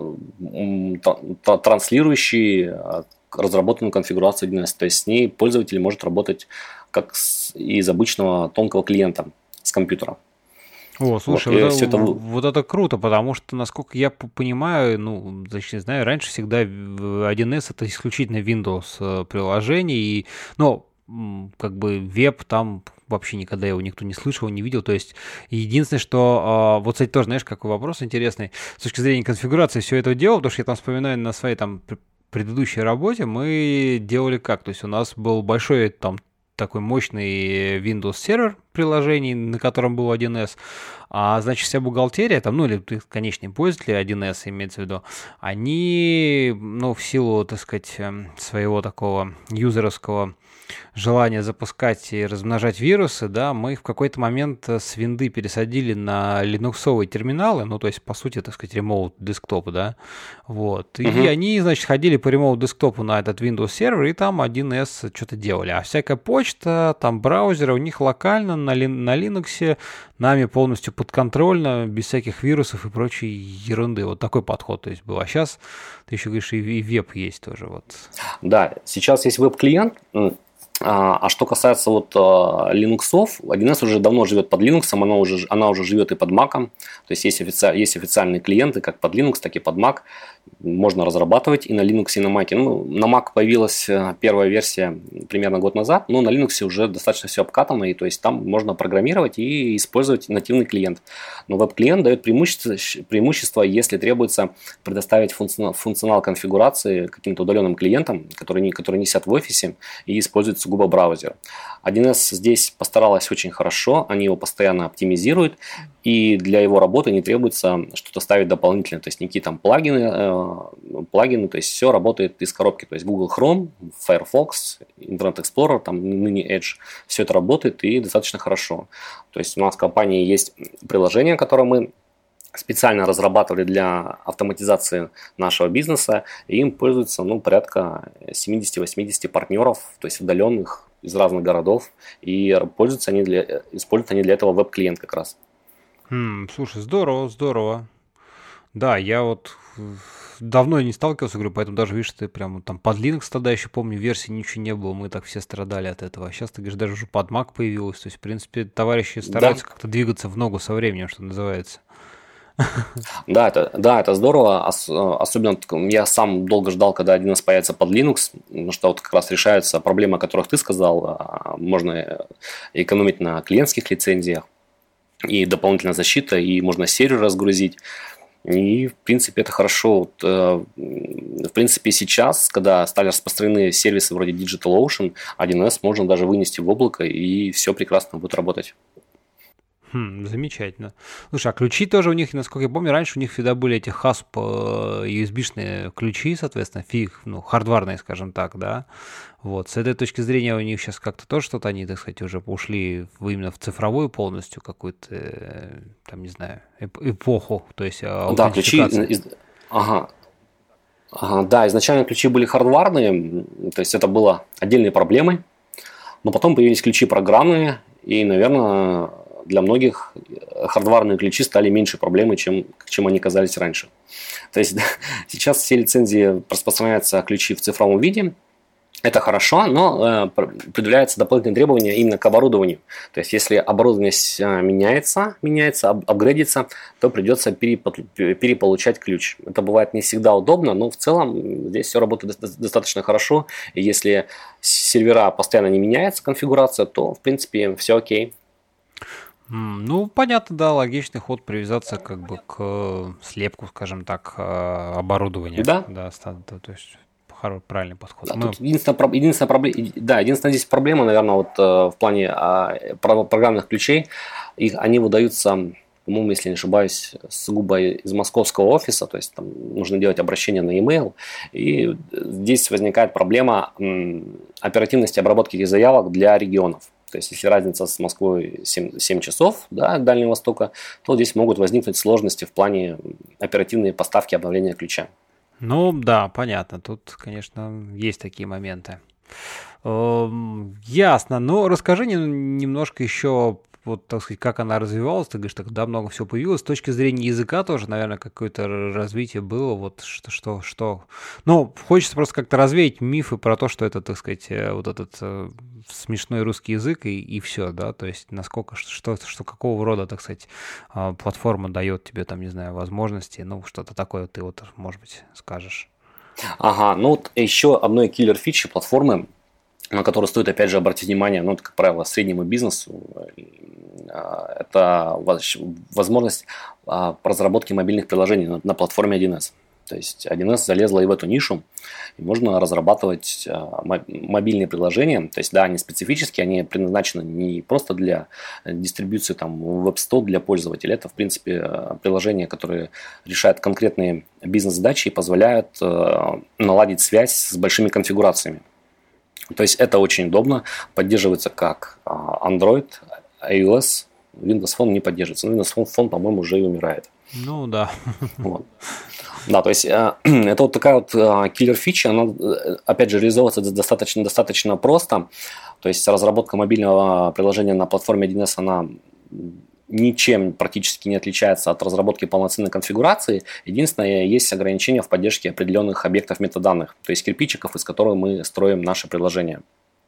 транслирующий разработанную конфигурацию 1С. То есть с ней пользователь может работать как из обычного тонкого клиента с компьютера. О, слушай, вот это круто, потому что, насколько я понимаю, точнее знаю, раньше всегда 1С это исключительно Windows приложение, и, как бы веб там вообще никогда его никто не слышал, не видел. То есть единственное, что вот, кстати, тоже, знаешь, какой вопрос интересный с точки зрения конфигурации все это дело, потому что я там вспоминаю на своей там предыдущей работе мы делали как? То есть у нас был большой там такой мощный Windows сервер приложений, на котором был 1С, а значит вся бухгалтерия, там, ну или конечные пользователи 1С имеется в виду, они, ну, в силу, так сказать, своего такого юзеровского желание запускать и размножать вирусы, да, мы в какой-то момент с винды пересадили на линуксовые терминалы, ну, то есть, по сути, так сказать, remote desktop, да, вот, и они, значит, ходили по remote десктопу на этот Windows сервер, и там 1С что-то делали, а всякая почта, там браузеры у них локально на Linux, нами полностью подконтрольно, без всяких вирусов и прочей ерунды, вот такой подход, то есть, был, а сейчас, ты еще говоришь, и веб есть тоже, вот. Да, сейчас есть веб-клиент. А что касается вот Linux'ов, 1С уже давно живет под Linux, она уже живет и под Mac. То есть есть официальные клиенты как под Linux, так и под Mac. Можно разрабатывать и на Linux, и на Mac. Ну, на Mac появилась первая версия примерно год назад, но на Linux уже достаточно все обкатано, и то есть там можно программировать и использовать нативный клиент. Но веб-клиент дает преимущество, если требуется предоставить функционал конфигурации каким-то удаленным клиентам, которые не сидят в офисе и используют сугубо браузер. 1С здесь постаралась очень хорошо, они его постоянно оптимизируют, и для его работы не требуется что-то ставить дополнительно, то есть никакие там плагины, то есть все работает из коробки, то есть Google Chrome, Firefox, Internet Explorer, там ныне Edge, все это работает и достаточно хорошо. То есть у нас в компании есть приложение, которое мы специально разрабатывали для автоматизации нашего бизнеса, и им пользуются порядка 70-80 партнеров, то есть удаленных из разных городов, и используют они для этого веб-клиент как раз. Слушай, здорово. Да, я вот давно не сталкивался, говорю, поэтому даже, видишь, ты прям там под Linux тогда еще, помню, версии ничего не было, мы так все страдали от этого. А сейчас, ты говоришь, даже уже под Mac появилось. То есть, в принципе, товарищи стараются как-то двигаться в ногу со временем, что называется. Да, это здорово. Особенно я сам долго ждал, когда 1С появится под Linux, потому что вот как раз решаются проблемы, о которых ты сказал. Можно экономить на клиентских лицензиях, и дополнительная защита, и можно сервер разгрузить. И, в принципе, это хорошо. В принципе, сейчас, когда стали распространены сервисы вроде DigitalOcean, 1С можно даже вынести в облако, и все прекрасно будет работать. Замечательно. Слушай, а ключи тоже у них, насколько я помню, раньше у них всегда были эти hasp USB-шные ключи, соответственно, хардварные, скажем так, да. Вот, с этой точки зрения у них сейчас как-то тоже что-то они, так сказать, уже ушли именно в цифровую полностью какую-то, там, не знаю, эпоху, то есть да, ключи, да, изначально ключи были хардварные, то есть это было отдельной проблемой, но потом появились ключи программные, и, наверное, для многих хардварные ключи стали меньшей проблемой, чем они казались раньше. То есть сейчас все лицензии распространяются ключи в цифровом виде. Это хорошо, но предъявляются дополнительные требования именно к оборудованию. То есть если оборудование меняется, апгрейдится, то придется переполучать ключ. Это бывает не всегда удобно, но в целом здесь все работает достаточно хорошо. И если сервера постоянно не меняется, конфигурация, то в принципе все окей. Ну, понятно, да, логичный ход привязаться как бы к слепку, скажем так, оборудования. Да. То есть правильный подход. Да, единственная здесь проблема, наверное, вот в плане программных ключей. Они выдаются, по-моему, если не ошибаюсь, сугубо из московского офиса, то есть там нужно делать обращение на e-mail. И здесь возникает проблема оперативности обработки этих заявок для регионов. То есть, если разница с Москвой 7 часов, да, Дальнего Востока, то здесь могут возникнуть сложности в плане оперативной поставки обновления ключа. Ну, да, понятно. Тут, конечно, есть такие моменты. Ясно. Но расскажи немножко еще, вот, так сказать, как она развивалась. Ты говоришь, тогда много всего появилось. С точки зрения языка тоже, наверное, какое-то развитие было. Вот что. Ну, хочется просто как-то развеять мифы про то, что это, так сказать, вот этот смешной русский язык и все, да, то есть насколько, что какого рода, так сказать, платформа дает тебе, там, не знаю, возможности, ну, что-то такое ты вот, может быть, скажешь. Ну вот еще одной киллер-фичи платформы на который стоит, опять же, обратить внимание, ну, это, как правило, среднему бизнесу, это возможность по разработке мобильных приложений на платформе 1С. То есть 1С залезла и в эту нишу, и можно разрабатывать мобильные приложения. То есть, да, они специфические, они предназначены не просто для дистрибьюции там, в App Store для пользователя. Это, в принципе, приложения, которые решают конкретные бизнес-задачи и позволяют наладить связь с большими конфигурациями. То есть, это очень удобно. Поддерживается как Android, iOS, Windows Phone не поддерживается. Windows Phone, по-моему, уже и умирает. Ну, да. Вот. Да, то есть это вот такая вот киллер-фича, она, опять же, реализовывается достаточно просто. То есть разработка мобильного приложения на платформе 1С, она ничем практически не отличается от разработки полноценной конфигурации. Единственное, есть ограничения в поддержке определенных объектов метаданных, то есть кирпичиков, из которых мы строим наше приложение.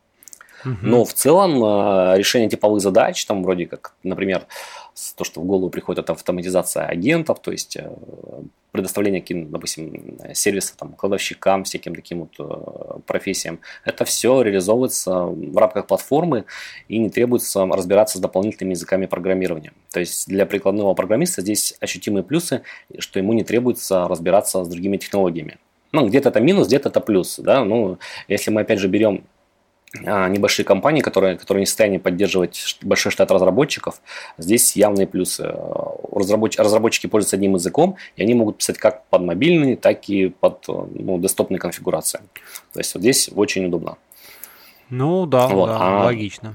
Но в целом решение типовых задач, там вроде как, например, то, что в голову приходит, это автоматизация агентов, то есть предоставление, допустим, сервисов там, кладовщикам, всяким таким вот профессиям, это все реализовывается в рамках платформы и не требуется разбираться с дополнительными языками программирования. То есть для прикладного программиста здесь ощутимые плюсы, что ему не требуется разбираться с другими технологиями. Ну, где-то это минус, где-то это плюс. Да? Ну, если мы опять же берем небольшие компании, которые не в состоянии поддерживать большой штат разработчиков, здесь явные плюсы. Разработчики пользуются одним языком, и они могут писать как под мобильные, так и под десктопные конфигурации. То есть вот здесь очень удобно. Ну да, вот. Да, логично.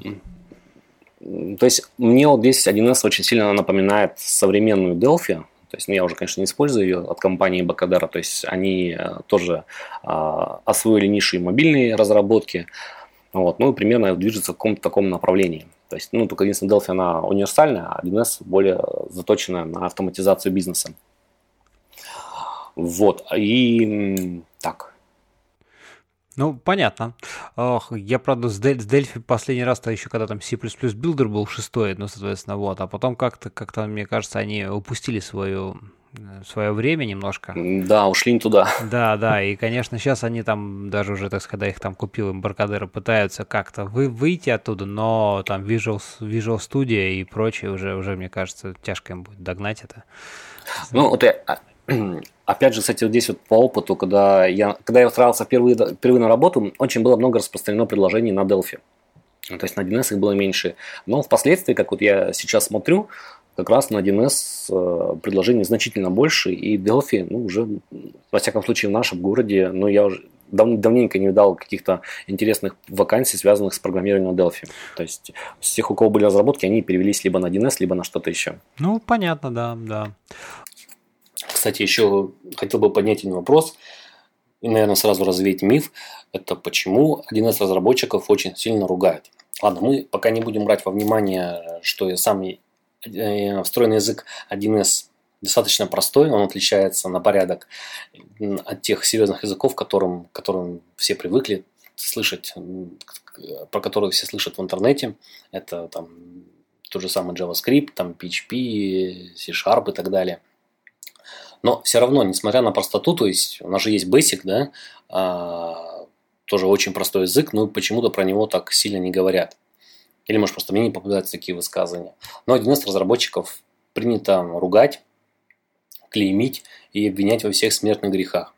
То есть мне вот здесь 1С очень сильно напоминает современную Delphi. То есть, я уже, конечно, не использую ее от компании Bacadera. То есть они тоже освоили нишу и мобильные разработки. Вот, ну, примерно движется в каком-то таком направлении. То есть, ну, только единственное, Delphi, она универсальная, а 1С более заточена на автоматизацию бизнеса. Вот, и так. Ну, понятно. Я, правда, с Delphi последний раз-то еще, когда там C++ Builder был 6-й, ну, соответственно, вот, а потом как-то, мне кажется, они упустили свое время немножко. Да, ушли не туда. Да, и, конечно, сейчас они там, даже уже, так сказать, когда их там купил Embarcadero, пытаются как-то выйти оттуда, но там Visual Studio и прочее уже, мне кажется, тяжко им будет догнать это. Ну, вот опять же, кстати, вот здесь вот по опыту, когда я устраивался впервые на работу, очень было много распространено предложений на Delphi. То есть на 1С их было меньше. Но впоследствии, как вот я сейчас смотрю, как раз на 1С предложений значительно больше, и Delphi, ну, уже, во всяком случае, в нашем городе, ну, я уже давненько не видал каких-то интересных вакансий, связанных с программированием на Delphi. То есть, с тех, у кого были разработки, они перевелись либо на 1С, либо на что-то еще. Ну, понятно, да. Кстати, еще хотел бы поднять один вопрос, и, наверное, сразу развеять миф, это почему 1С разработчиков очень сильно ругают. Ладно, мы пока не будем брать во внимание, что сам встроенный язык 1С достаточно простой, он отличается на порядок от тех серьезных языков, к которым все привыкли слышать, про которые все слышат в интернете. Это там тот же самый JavaScript, там PHP, C-Sharp и так далее. Но все равно, несмотря на простоту, то есть у нас же есть Basic, да, тоже очень простой язык, но почему-то про него так сильно не говорят. Или, может, просто мне не попадаются такие высказывания. Но 1С разработчиков принято ругать, клеймить и обвинять во всех смертных грехах.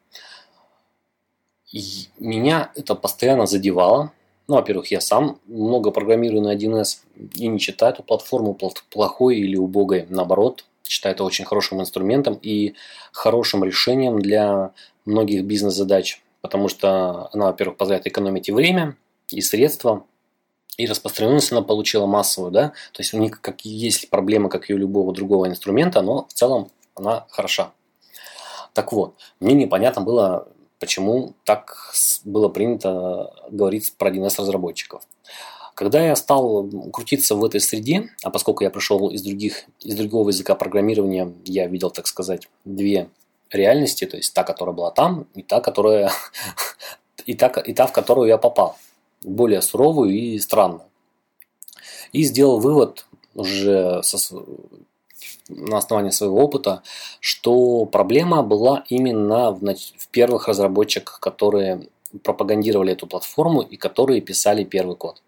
И меня это постоянно задевало. Ну, во-первых, я сам много программирую на 1С и не считаю эту платформу плохой или убогой. Наоборот, считаю это очень хорошим инструментом и хорошим решением для многих бизнес-задач. Потому что она, во-первых, позволяет экономить и время, и средства, и распространенность она получила массовую, да, то есть у них как есть проблемы, как и у любого другого инструмента, но в целом она хороша. Так вот, мне непонятно было, почему так было принято говорить про 1С разработчиков. Когда я стал крутиться в этой среде, а поскольку я пришел из другого языка программирования, я видел, так сказать, две реальности, то есть та, которая была там, и та, которая и та, в которую я попал. Более суровую и странную. И сделал вывод уже на основании своего опыта, что проблема была именно в первых разработчиках, которые пропагандировали эту платформу и которые писали первый код.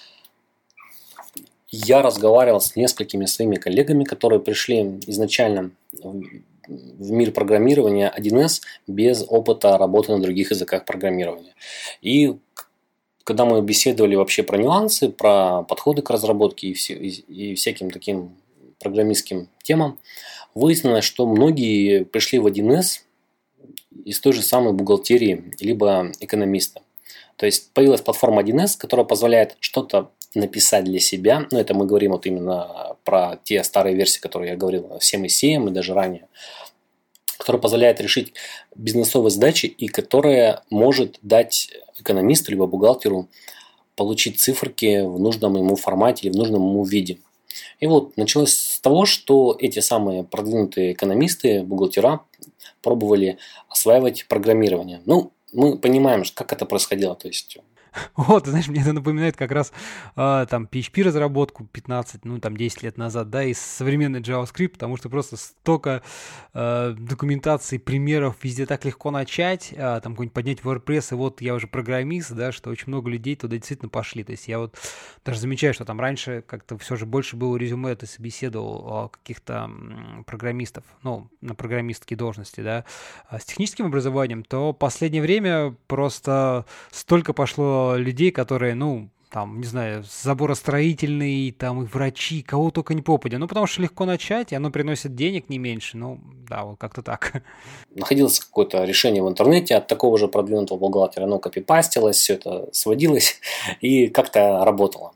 Я разговаривал с несколькими своими коллегами, которые пришли изначально в мир программирования 1С без опыта работы на других языках программирования. И когда мы беседовали вообще про нюансы, про подходы к разработке и всяким таким программистским темам, выяснилось, что многие пришли в 1С из той же самой бухгалтерии, либо экономиста. То есть появилась платформа 1С, которая позволяет что-то написать для себя. Ну, это мы говорим вот именно про те старые версии, которые я говорил, всем и сеем, и даже ранее, которая позволяет решить бизнесовые задачи и которая может дать экономисту либо бухгалтеру получить циферки в нужном ему формате или в нужном ему виде. И вот началось с того, что эти самые продвинутые экономисты, бухгалтера пробовали осваивать программирование. Ну, мы понимаем, как это происходило. То есть Вот, знаешь, мне это напоминает как раз там PHP-разработку 15, ну там 10 лет назад, да, и современный JavaScript, потому что просто столько документации, примеров, везде так легко начать, там какой-нибудь поднять WordPress, и вот я уже программист, да, что очень много людей туда действительно пошли. То есть я вот даже замечаю, что там раньше как-то все же больше было резюме, ты собеседовал каких-то программистов, ну, на программистские должности, да, с техническим образованием, то в последнее время просто столько пошло людей, которые, ну, там, не знаю, заборостроительные, там, и врачи, кого только не попадя. Ну, потому что легко начать, и оно приносит денег не меньше. Ну, да, вот как-то так. Находилось какое-то решение в интернете от такого же продвинутого бухгалтера. Оно копипастилось, все это сводилось и как-то работало.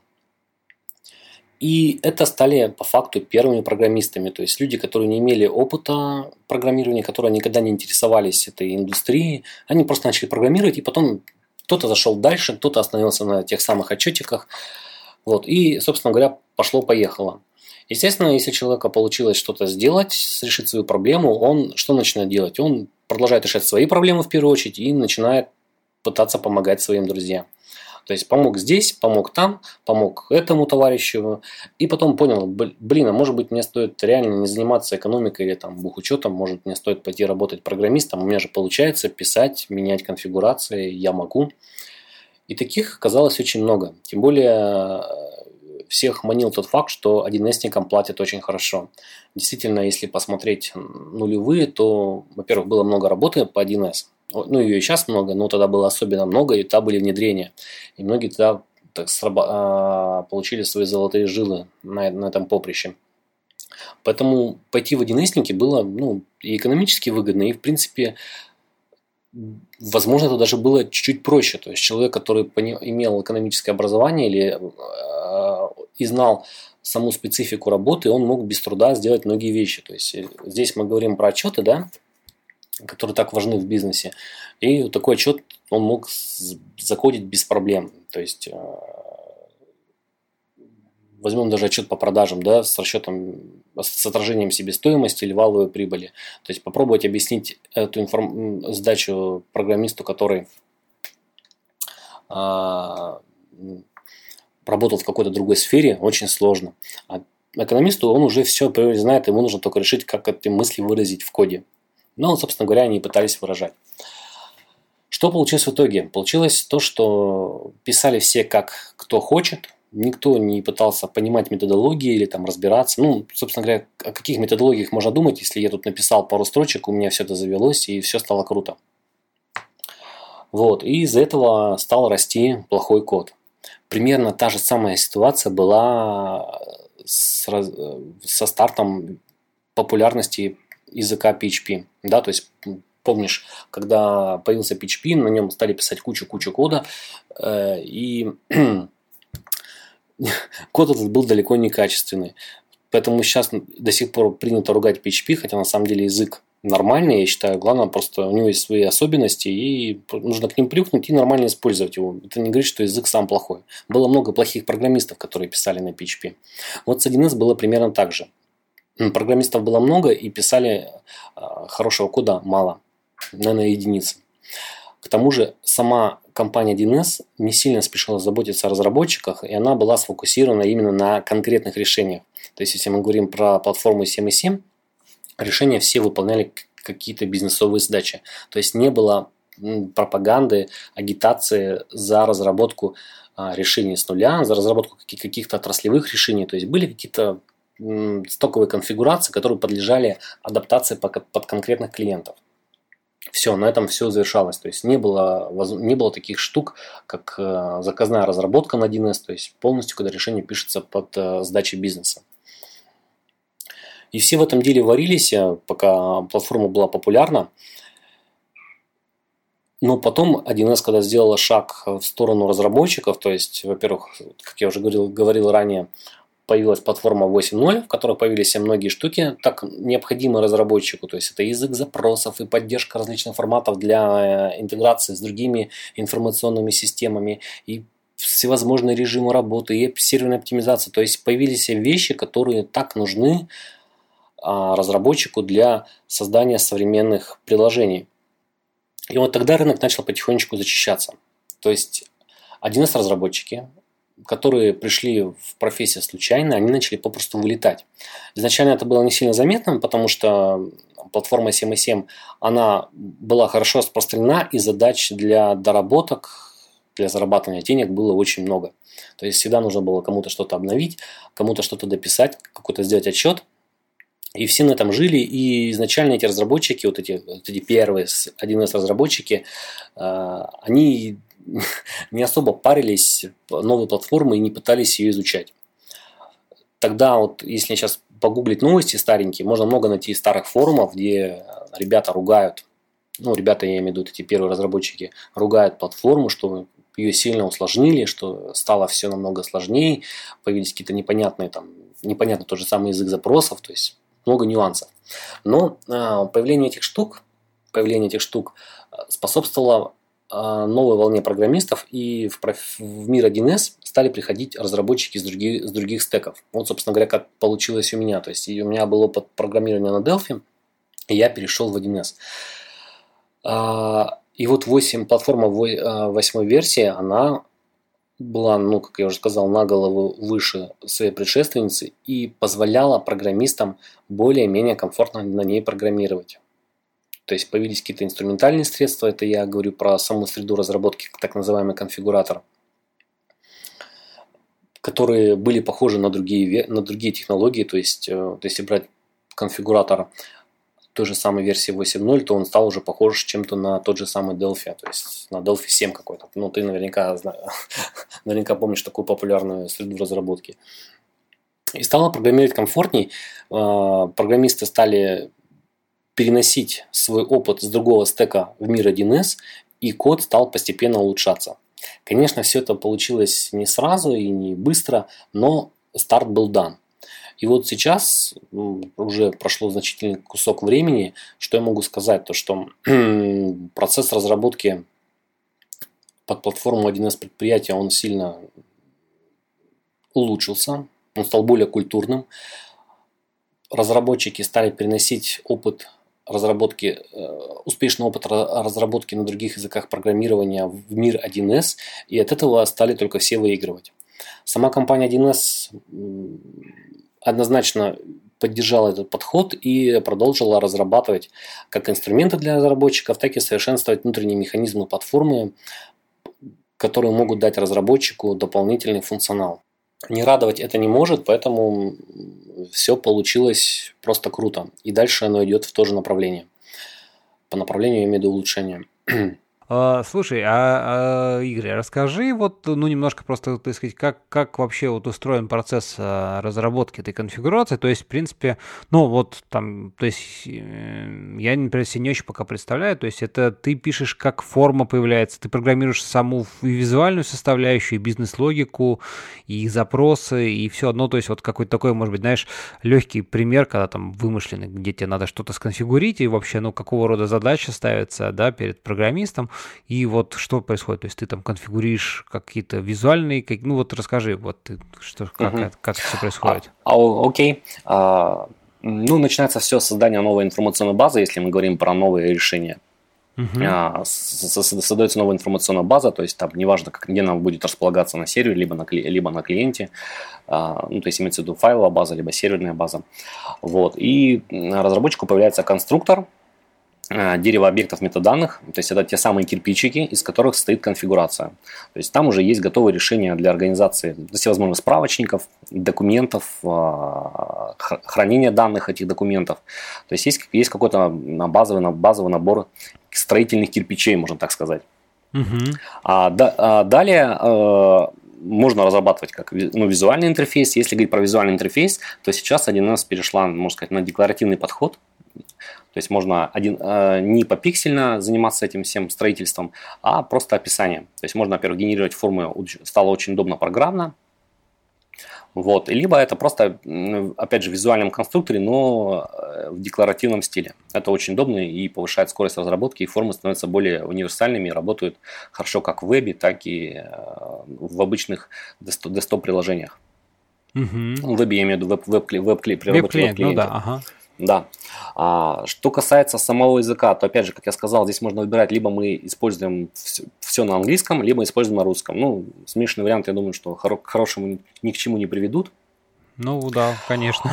И это стали по факту первыми программистами. То есть люди, которые не имели опыта программирования, которые никогда не интересовались этой индустрией, они просто начали программировать, и потом кто-то зашел дальше, кто-то остановился на тех самых отчетиках. Вот. И, собственно говоря, пошло-поехало. Естественно, если у человека получилось что-то сделать, решить свою проблему, он что начинает делать? Он продолжает решать свои проблемы в первую очередь и начинает пытаться помогать своим друзьям. То есть помог здесь, помог там, помог этому товарищу. И потом понял, блин, а может быть мне стоит реально не заниматься экономикой или там бухучетом, может мне стоит пойти работать программистом, у меня же получается писать, менять конфигурации, я могу. И таких оказалось очень много. Тем более всех манил тот факт, что 1С-никам платят очень хорошо. Действительно, если посмотреть нулевые, то, во-первых, было много работы по 1С. Ну, ее и сейчас много, но тогда было особенно много, и тогда были внедрения. И многие тогда получили свои золотые жилы на этом поприще. Поэтому пойти в 1С-ники было и экономически выгодно, и, в принципе, возможно, это даже было чуть-чуть проще. То есть человек, который имел экономическое образование или и знал саму специфику работы, он мог без труда сделать многие вещи. То есть здесь мы говорим про отчеты, да, которые так важны в бизнесе. И такой отчет он мог закодить без проблем. То есть возьмем даже отчет по продажам, да, с расчетом, с отражением себестоимости или валовой прибыли. То есть попробовать объяснить эту задачу программисту, который работал в какой-то другой сфере, очень сложно. А экономисту он уже все знает, ему нужно только решить, как эти мысли выразить в коде. Ну, собственно говоря, они пытались выражать. Что получилось в итоге? Получилось то, что писали все как кто хочет, никто не пытался понимать методологии или там разбираться. Ну, собственно говоря, о каких методологиях можно думать, если я тут написал пару строчек, у меня все это завелось и все стало круто. Вот, и из-за этого стал расти плохой код. Примерно та же самая ситуация была со стартом популярности языка PHP. Да, то есть, помнишь, когда появился PHP, на нем стали писать кучу кода, и код этот был далеко не качественный. Поэтому сейчас до сих пор принято ругать PHP, хотя на самом деле язык нормальный, я считаю. Главное, просто у него есть свои особенности, и нужно к ним привыкнуть и нормально использовать его. Это не говорит, что язык сам плохой. Было много плохих программистов, которые писали на PHP. Вот с 1С было примерно так же. Программистов было много, и писали хорошего кода мало, наверное, единицы. К тому же сама компания 1С не сильно спешила заботиться о разработчиках, и она была сфокусирована именно на конкретных решениях. То есть, если мы говорим про платформу 7.7, решения все выполняли какие-то бизнесовые задачи. То есть не было пропаганды, агитации за разработку решений с нуля, за разработку каких-то отраслевых решений. То есть были какие-то стоковые конфигурации, которые подлежали адаптации под конкретных клиентов. Все, на этом все завершалось. То есть не было таких штук, как заказная разработка на 1С, то есть полностью, когда решение пишется под сдачей бизнеса. И все в этом деле варились, пока платформа была популярна. Но потом 1С, когда сделала шаг в сторону разработчиков, то есть, во-первых, как я уже говорил ранее, появилась платформа 8.0, в которой появились многие штуки, так необходимые разработчику. То есть это язык запросов и поддержка различных форматов для интеграции с другими информационными системами, и всевозможные режимы работы, и серверная оптимизация. То есть появились вещи, которые так нужны разработчику для создания современных приложений. И вот тогда рынок начал потихонечку зачищаться. То есть 1С разработчики, которые пришли в профессию случайно, они начали попросту вылетать. Изначально это было не сильно заметно, потому что платформа 7.7, она была хорошо распространена, и задач для доработок, для зарабатывания денег было очень много. То есть всегда нужно было кому-то что-то обновить, кому-то что-то дописать, какой-то сделать отчет. И все на этом жили, и изначально эти разработчики, вот эти первые 1С разработчики, они не особо парились новой платформой и не пытались ее изучать. Тогда вот, если сейчас погуглить новости старенькие, можно много найти старых форумов, где ребята ругают, ребята, я имею в виду, эти первые разработчики, ругают платформу, что ее сильно усложнили, что стало все намного сложнее, появились какие-то непонятный тот же самый язык запросов, то есть много нюансов. Но появление этих штук способствовало новой волне программистов, и в мир 1С стали приходить разработчики с других стеков. Вот, собственно говоря, как получилось у меня. То есть у меня был опыт программирования на Delphi, и я перешел в 1С. И вот платформа 8 версии, она была, как я уже сказал, на голову выше своей предшественницы и позволяла программистам более-менее комфортно на ней программировать. То есть появились какие-то инструментальные средства, это я говорю про саму среду разработки, так называемый конфигуратор, которые были похожи на другие технологии. То есть, если брать конфигуратор той же самой версии 8.0, то он стал уже похож чем-то на тот же самый Delphi, то есть на Delphi 7 какой-то. Ты наверняка помнишь такую популярную среду разработки. И стало программировать комфортней. Программисты стали переносить свой опыт с другого стека в мир 1С, и код стал постепенно улучшаться. Конечно, все это получилось не сразу и не быстро, но старт был дан. И вот сейчас уже прошло значительный кусок времени, что я могу сказать, то что процесс разработки под платформу 1С предприятия, он сильно улучшился, он стал более культурным. Разработчики стали переносить успешный опыт разработки на других языках программирования в мир 1С, и от этого стали только все выигрывать. Сама компания 1С однозначно поддержала этот подход и продолжила разрабатывать как инструменты для разработчиков, так и совершенствовать внутренние механизмы платформы, которые могут дать разработчику дополнительный функционал. Не радовать это не может, поэтому все получилось просто круто. И дальше оно идет в то же направление. По направлению, я имею в виду, улучшения. Слушай, Игорь, расскажи немножко просто, так сказать, как вообще устроен процесс разработки этой конфигурации. То есть, в принципе, то есть я, например, себе не очень пока представляю. То есть это ты пишешь, как форма появляется, ты программируешь саму визуальную составляющую, и бизнес-логику, и запросы, и все одно. То есть какой-то такой, может быть, знаешь, легкий пример, когда там вымышленный, где тебе надо что-то сконфигурить, и вообще, какого рода задача ставится, перед программистом. И что происходит? То есть ты там конфигурируешь какие-то визуальные, расскажи, как это все происходит. Окей. Начинается все с создания новой информационной базы, если мы говорим про новые решения. Создается новая информационная база, то есть там неважно, где она будет располагаться на сервере, либо на клиенте, то есть имеется в виду файловая база, либо серверная база. И разработчику появляется конструктор, дерево объектов метаданных, то есть это те самые кирпичики, из которых состоит конфигурация. То есть там уже есть готовые решения для организации всевозможных справочников, документов, хранения данных этих документов. То есть есть какой-то базовый набор строительных кирпичей, можно так сказать. Далее можно разрабатывать как визуальный интерфейс. Если говорить про визуальный интерфейс, то сейчас 1С перешла, можно сказать, на декларативный подход. То есть можно не попиксельно заниматься этим всем строительством, а просто описанием. То есть можно, во-первых, генерировать формы, стало очень удобно программно. Вот. Либо это просто, опять же, в визуальном конструкторе, но в декларативном стиле. Это очень удобно и повышает скорость разработки, и формы становятся более универсальными и работают хорошо как в вебе, так и в обычных десктоп-приложениях. В вебе я имею в виду веб-клиент. Ну да, ага. Да. Что касается самого языка, то опять же, как я сказал, здесь можно выбирать, либо мы используем все на английском, либо используем на русском. Ну, смешанный вариант, я думаю, что к хорошему ни к чему не приведут. Ну да, конечно.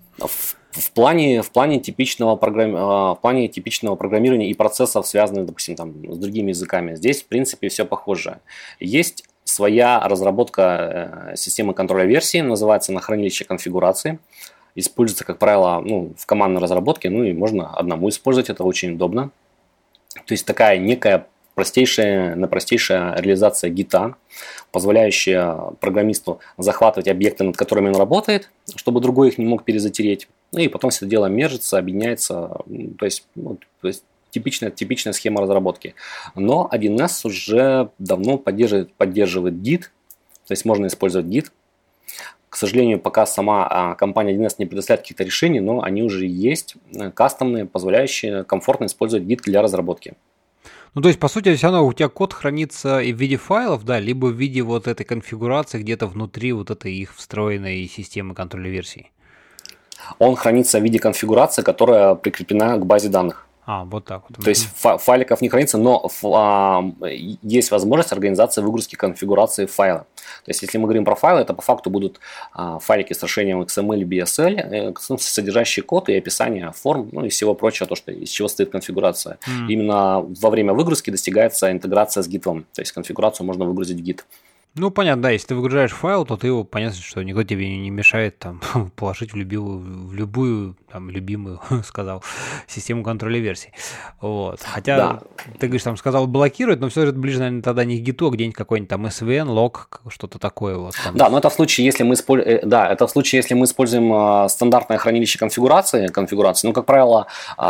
В плане типичного программирования и процессов, связанных, допустим, там, с другими языками, здесь, в принципе, все похоже. Есть своя разработка системы контроля версий, называется она хранилище конфигурации. Используется, как правило, в командной разработке, и можно одному использовать, это очень удобно. То есть такая некая простейшая реализация гита, позволяющая программисту захватывать объекты, над которыми он работает, чтобы другой их не мог перезатереть. И потом все это дело мержится, объединяется, то есть типичная схема разработки. Но 1С уже давно поддерживает Git, то есть можно использовать Git. К сожалению, пока сама компания 1С не предоставляет каких-то решений, но они уже есть, кастомные, позволяющие комфортно использовать Git для разработки. Ну, то есть, по сути, все равно у тебя код хранится и в виде файлов, да, либо в виде вот этой конфигурации где-то внутри вот этой их встроенной системы контроля версий. Он хранится в виде конфигурации, которая прикреплена к базе данных. Вот так вот. То есть файликов не хранится, но есть возможность организации выгрузки конфигурации файла. То есть если мы говорим про файлы, это по факту будут файлики с расширением XML, BSL, содержащие код и описание форм, и всего прочего, то, что, из чего стоит конфигурация. Именно во время выгрузки достигается интеграция с Git. То есть конфигурацию можно выгрузить в Git. Ну, понятно, да, если ты выгружаешь файл, то ты его, понятно, что никто тебе не мешает там положить в любую там, любимую, сказал, систему контроля версий. Вот. Хотя, да. Ты говоришь, там сказал блокировать, но все же это ближе, наверное, тогда не к гиту, а где-нибудь какой-нибудь там SVN, лог, что-то такое. Вот, там. Да, но это в случае, если мы используем стандартное хранилище конфигурации, как правило,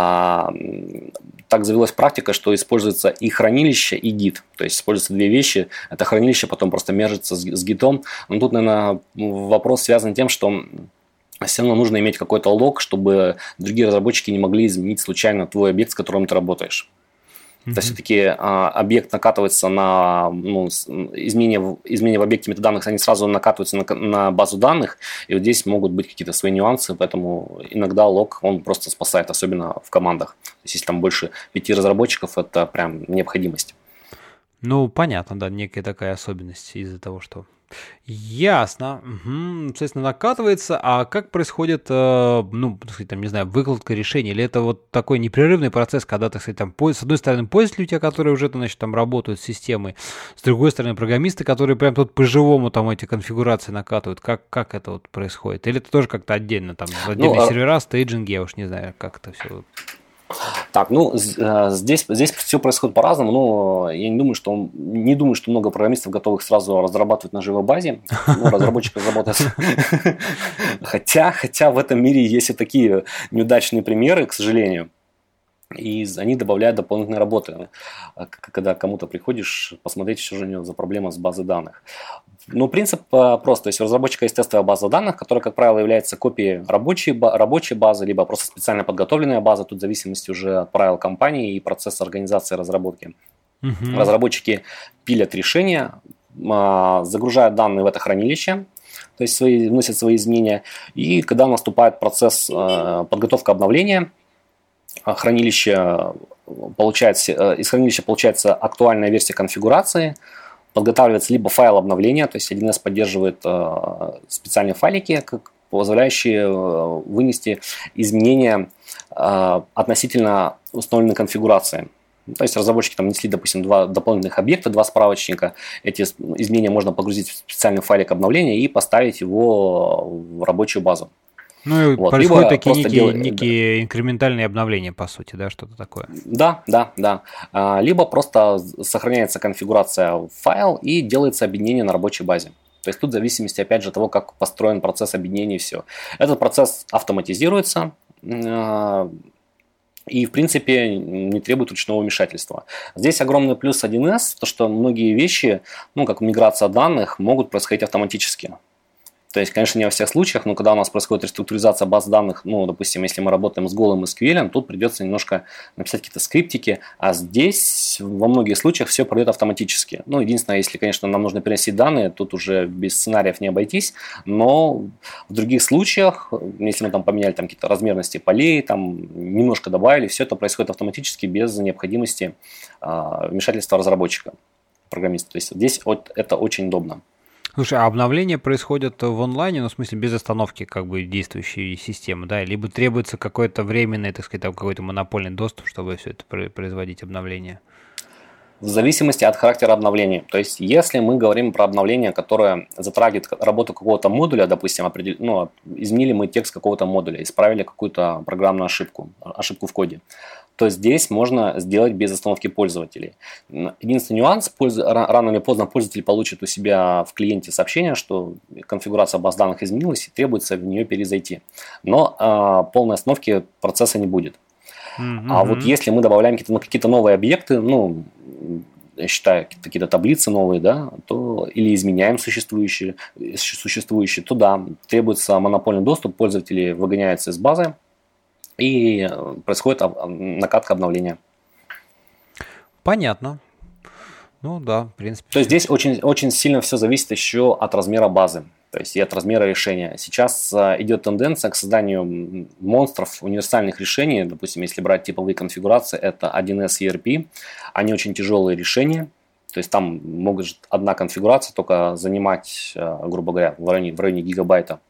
так завелась практика, что используется и хранилище, и гит. То есть используются две вещи. Это хранилище потом просто мержится с гитом. Но тут, наверное, вопрос связан с тем, что все равно нужно иметь какой-то лог, чтобы другие разработчики не могли изменить случайно твой объект, с которым ты работаешь. То есть все-таки объект накатывается на изменения в объекте метаданных, они сразу накатываются на базу данных, и вот здесь могут быть какие-то свои нюансы, поэтому иногда лог, он просто спасает, особенно в командах. То есть если там больше 5 разработчиков, это прям необходимость. Ну, понятно, да, некая такая особенность из-за того, что... Ясно. Соответственно, накатывается. А как происходит, так сказать, там, не знаю, выкладка решений? Или это вот такой непрерывный процесс, когда, так сказать, там, с одной стороны, пользователи у тебя, которые уже, значит, там работают с системой, с другой стороны, программисты, которые прям тут по-живому там эти конфигурации накатывают. Как это вот происходит? Или это тоже как-то отдельно, там, отдельные сервера, стейджинги, я уж не знаю, как это все... Так, здесь все происходит по-разному, но я не думаю, что много программистов готовых сразу разрабатывать на живой базе. Разработчик разработает. Хотя в этом мире есть и такие неудачные примеры, к сожалению. И они добавляют дополнительной работы, когда кому-то приходишь посмотреть, что же у него за проблема с базой данных. Но принцип прост. То есть у разработчика есть тестовая база данных, которая, как правило, является копией рабочей базы, либо просто специально подготовленная база, тут в зависимости уже от правил компании и процесса организации разработки. Разработчики пилят решения, загружают данные в это хранилище, то есть вносят свои изменения, и когда наступает процесс подготовки обновления, из хранилища получается актуальная версия конфигурации, подготавливается либо файл обновления, то есть 1С поддерживает специальные файлики, позволяющие вынести изменения относительно установленной конфигурации. То есть разработчики там внесли, допустим, 2 дополнительных объекта, 2 справочника. Эти изменения можно погрузить в специальный файлик обновления и поставить его в рабочую базу. Ну и вот. Происходят такие некие инкрементальные обновления, по сути, да, что-то такое. Да. Либо просто сохраняется конфигурация в файл и делается объединение на рабочей базе. То есть тут в зависимости, опять же, от того, как построен процесс объединения и все. Этот процесс автоматизируется и, в принципе, не требует ручного вмешательства. Здесь огромный плюс 1С, то что многие вещи, как миграция данных, могут происходить автоматически. То есть, конечно, не во всех случаях, но когда у нас происходит реструктуризация баз данных, допустим, если мы работаем с голым SQL, тут придется немножко написать какие-то скриптики, а здесь во многих случаях все пройдет автоматически. Единственное, если, конечно, нам нужно переносить данные, тут уже без сценариев не обойтись, но в других случаях, если мы там поменяли какие-то размерности полей, немножко добавили, все это происходит автоматически без необходимости вмешательства разработчика, программиста. То есть здесь это очень удобно. Слушай, а обновления происходят в онлайне, в смысле без остановки действующей системы, да? Либо требуется какой-то временный, так сказать, какой-то монопольный доступ, чтобы все это производить обновление? В зависимости от характера обновления. То есть, если мы говорим про обновление, которое затрагивает работу какого-то модуля, допустим, изменили мы текст какого-то модуля, исправили какую-то программную ошибку в коде, то здесь можно сделать без остановки пользователей. Единственный нюанс, рано или поздно пользователь получит у себя в клиенте сообщение, что конфигурация баз данных изменилась и требуется в нее перезайти. Но полной остановки процесса не будет. А вот если мы добавляем какие-то новые объекты, я считаю, какие-то таблицы новые, да, то или изменяем существующие, то да, требуется монопольный доступ, пользователи выгоняются из базы, и происходит накатка обновления. Понятно. Да, в принципе. То есть здесь очень, очень сильно все зависит еще от размера базы, то есть и от размера решения. Сейчас идет тенденция к созданию монстров универсальных решений. Допустим, если брать типовые конфигурации, это 1С ERP. Они очень тяжелые решения. То есть там может одна конфигурация только занимать, грубо говоря, в районе гигабайта.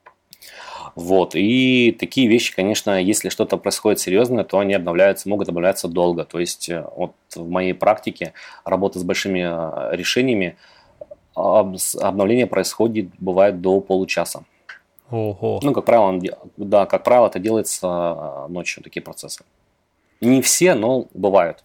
И такие вещи, конечно, если что-то происходит серьезное, то они могут обновляться долго. То есть в моей практике работы с большими решениями обновление происходит, бывает, до получаса. Ого. Как правило, это делается ночью, такие процессы. Не все, но бывают.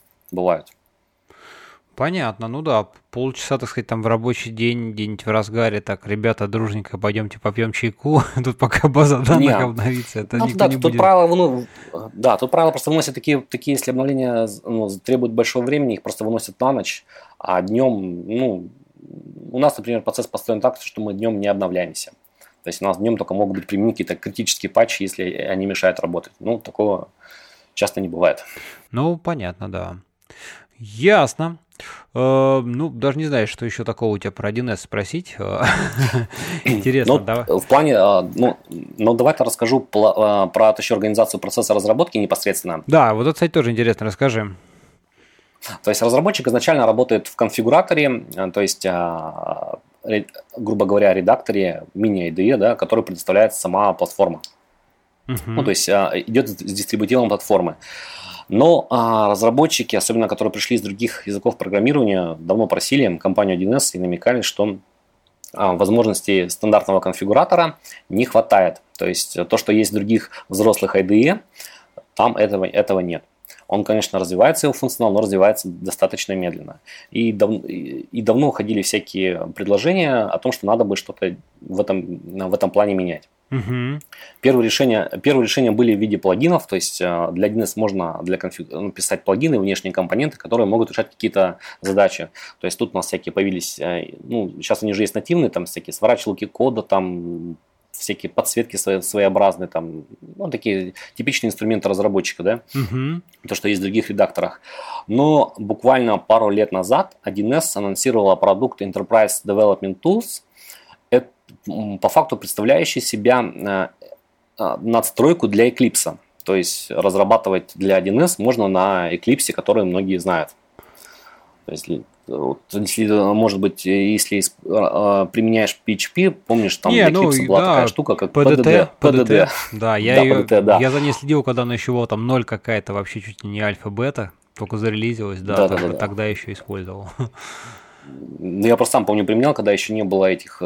Понятно, полчаса, так сказать, в рабочий день, где-нибудь в разгаре, так, ребята, дружненько, пойдемте попьем чайку, тут пока база данных обновится, это никто не будет. Тут правила просто выносят такие, если обновления требуют большого времени, их просто выносят на ночь, а днем, у нас, например, процесс построен так, что мы днем не обновляемся. То есть у нас днем только могут быть применены какие-то критические патчи, если они мешают работать. Такого часто не бывает. Понятно, да. Ясно. Даже не знаю, что еще такого у тебя про 1С спросить. Интересно, давай. В плане, давай-то расскажу про еще организацию процесса разработки непосредственно. Да, вот это, кстати, тоже интересно, расскажи. То есть разработчик изначально работает в конфигураторе, то есть, грубо говоря, редакторе мини-IDE, да, который предоставляет сама платформа. То есть идет с дистрибутивом платформы. Но разработчики, особенно которые пришли из других языков программирования, давно просили компанию 1С и намекали, что возможностей стандартного конфигуратора не хватает. То есть то, что есть в других взрослых IDE, там этого нет. Он, конечно, развивается, его функционал, но развивается достаточно медленно. И давно уходили всякие предложения о том, что надо бы что-то в этом плане менять. Угу. Первые решения были в виде плагинов, то есть для 1С можно писать плагины, внешние компоненты, которые могут решать какие-то задачи. То есть тут у нас всякие появились, сейчас они же есть нативные, там всякие сворачивалки кода, там всякие подсветки своеобразные, такие типичные инструменты разработчика, да, то, что есть в других редакторах. Но буквально пару лет назад 1С анонсировала продукт Enterprise Development Tools, по факту представляющий себя надстройку для Eclipse. То есть разрабатывать для 1С можно на Eclipse, который многие знают. То есть если, может быть, если применяешь PHP, помнишь, там для Eclipse была такая штука, как PDD. Да, я за ней следил, когда она еще была там 0 какая-то, вообще чуть ли не альфа-бета, только зарелизилась, тогда еще использовал. Я просто сам помню, применял, когда еще не было этих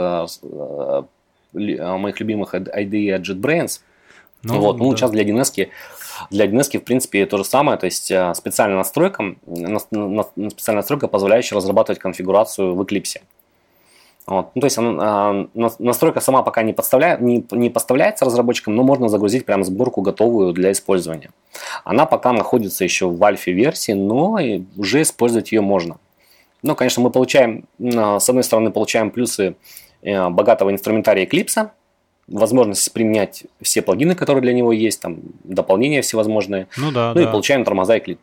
моих любимых IDE от JetBrains. Сейчас для 1С, в принципе, то же самое, то есть специальная настройка, позволяющая разрабатывать конфигурацию в Eclipse. То есть настройка сама пока не поставляется разработчикам, но можно загрузить прям сборку готовую для использования. Она пока находится еще в альфа-версии, но уже использовать ее можно. Конечно, мы получаем, с одной стороны, плюсы богатого инструментария Eclipse, возможность применять все плагины, которые для него есть, там дополнения всевозможные. И получаем тормоза Eclipse.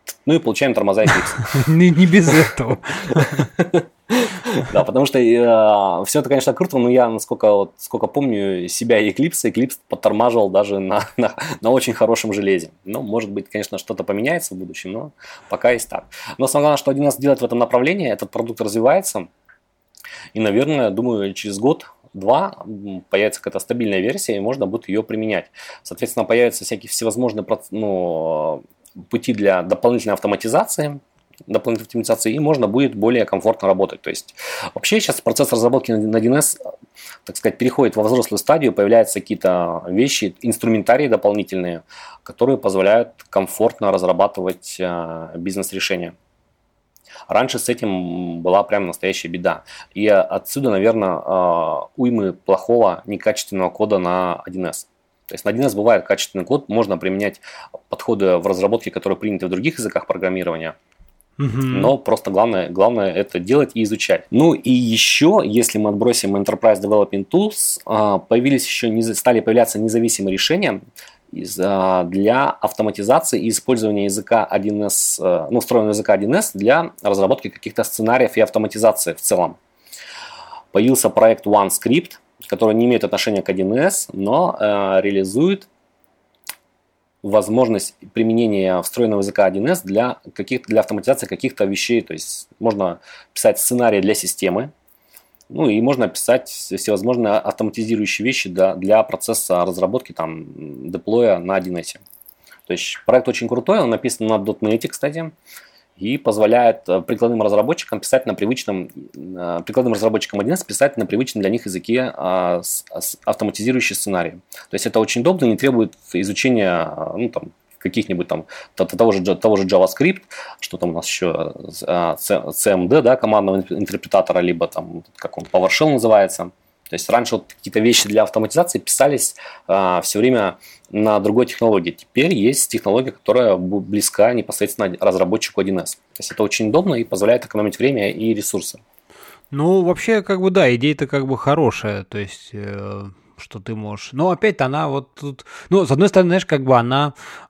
Не без этого. Да, потому что все это, конечно, круто, но я, сколько помню себя и Eclipse подтормаживал даже на очень хорошем железе. Может быть, конечно, что-то поменяется в будущем, но пока есть так. Но самое главное, что 1С делает в этом направлении, этот продукт развивается, и, наверное, думаю, через год-два появится какая-то стабильная версия, и можно будет ее применять. Соответственно, появятся всякие всевозможные пути для дополнительной автоматизации, и можно будет более комфортно работать. То есть вообще сейчас процесс разработки на 1С, так сказать, переходит во взрослую стадию, появляются какие-то вещи, инструментарии дополнительные, которые позволяют комфортно разрабатывать бизнес-решения. Раньше с этим была прям настоящая беда. И отсюда, наверное, уймы плохого, некачественного кода на 1С. То есть на 1С бывает качественный код, можно применять подходы в разработке, которые приняты в других языках программирования. Но просто главное это делать и изучать. И еще, если мы отбросим Enterprise Development Tools, стали появляться независимые решения для автоматизации и использования языка 1С, встроенного языка 1С для разработки каких-то сценариев и автоматизации в целом. Появился проект OneScript, который не имеет отношения к 1С, но реализует возможность применения встроенного языка 1С для автоматизации каких-то вещей. То есть можно писать сценарии для системы, и можно писать всевозможные автоматизирующие вещи для процесса разработки, деплоя на 1С. То есть проект очень крутой, он написан на .NET, кстати, и позволяет прикладным разработчикам 1С писать на привычном для них языке автоматизирующие сценарии. То есть это очень удобно, не требует изучения каких-нибудь того же JavaScript, что там у нас еще CMD, да, командного интерпретатора, либо как он, PowerShell называется. То есть раньше какие-то вещи для автоматизации писались все время на другой технологии. Теперь есть технология, которая близка непосредственно разработчику 1С. То есть это очень удобно и позволяет экономить время и ресурсы. Вообще, идея-то хорошая. То есть что ты можешь. Но опять она вот тут... с одной стороны, знаешь, она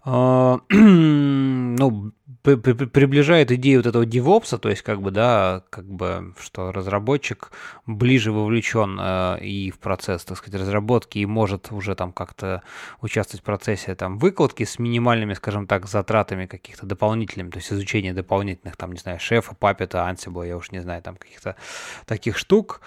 приближает идею вот этого DevOps, то есть что разработчик ближе вовлечен и в процесс, так сказать, разработки, и может уже как-то участвовать в процессе выкладки с минимальными, скажем так, затратами каких-то дополнительными, то есть изучение дополнительных, шефа, папета, Ansible, я уж не знаю, каких-то таких штук,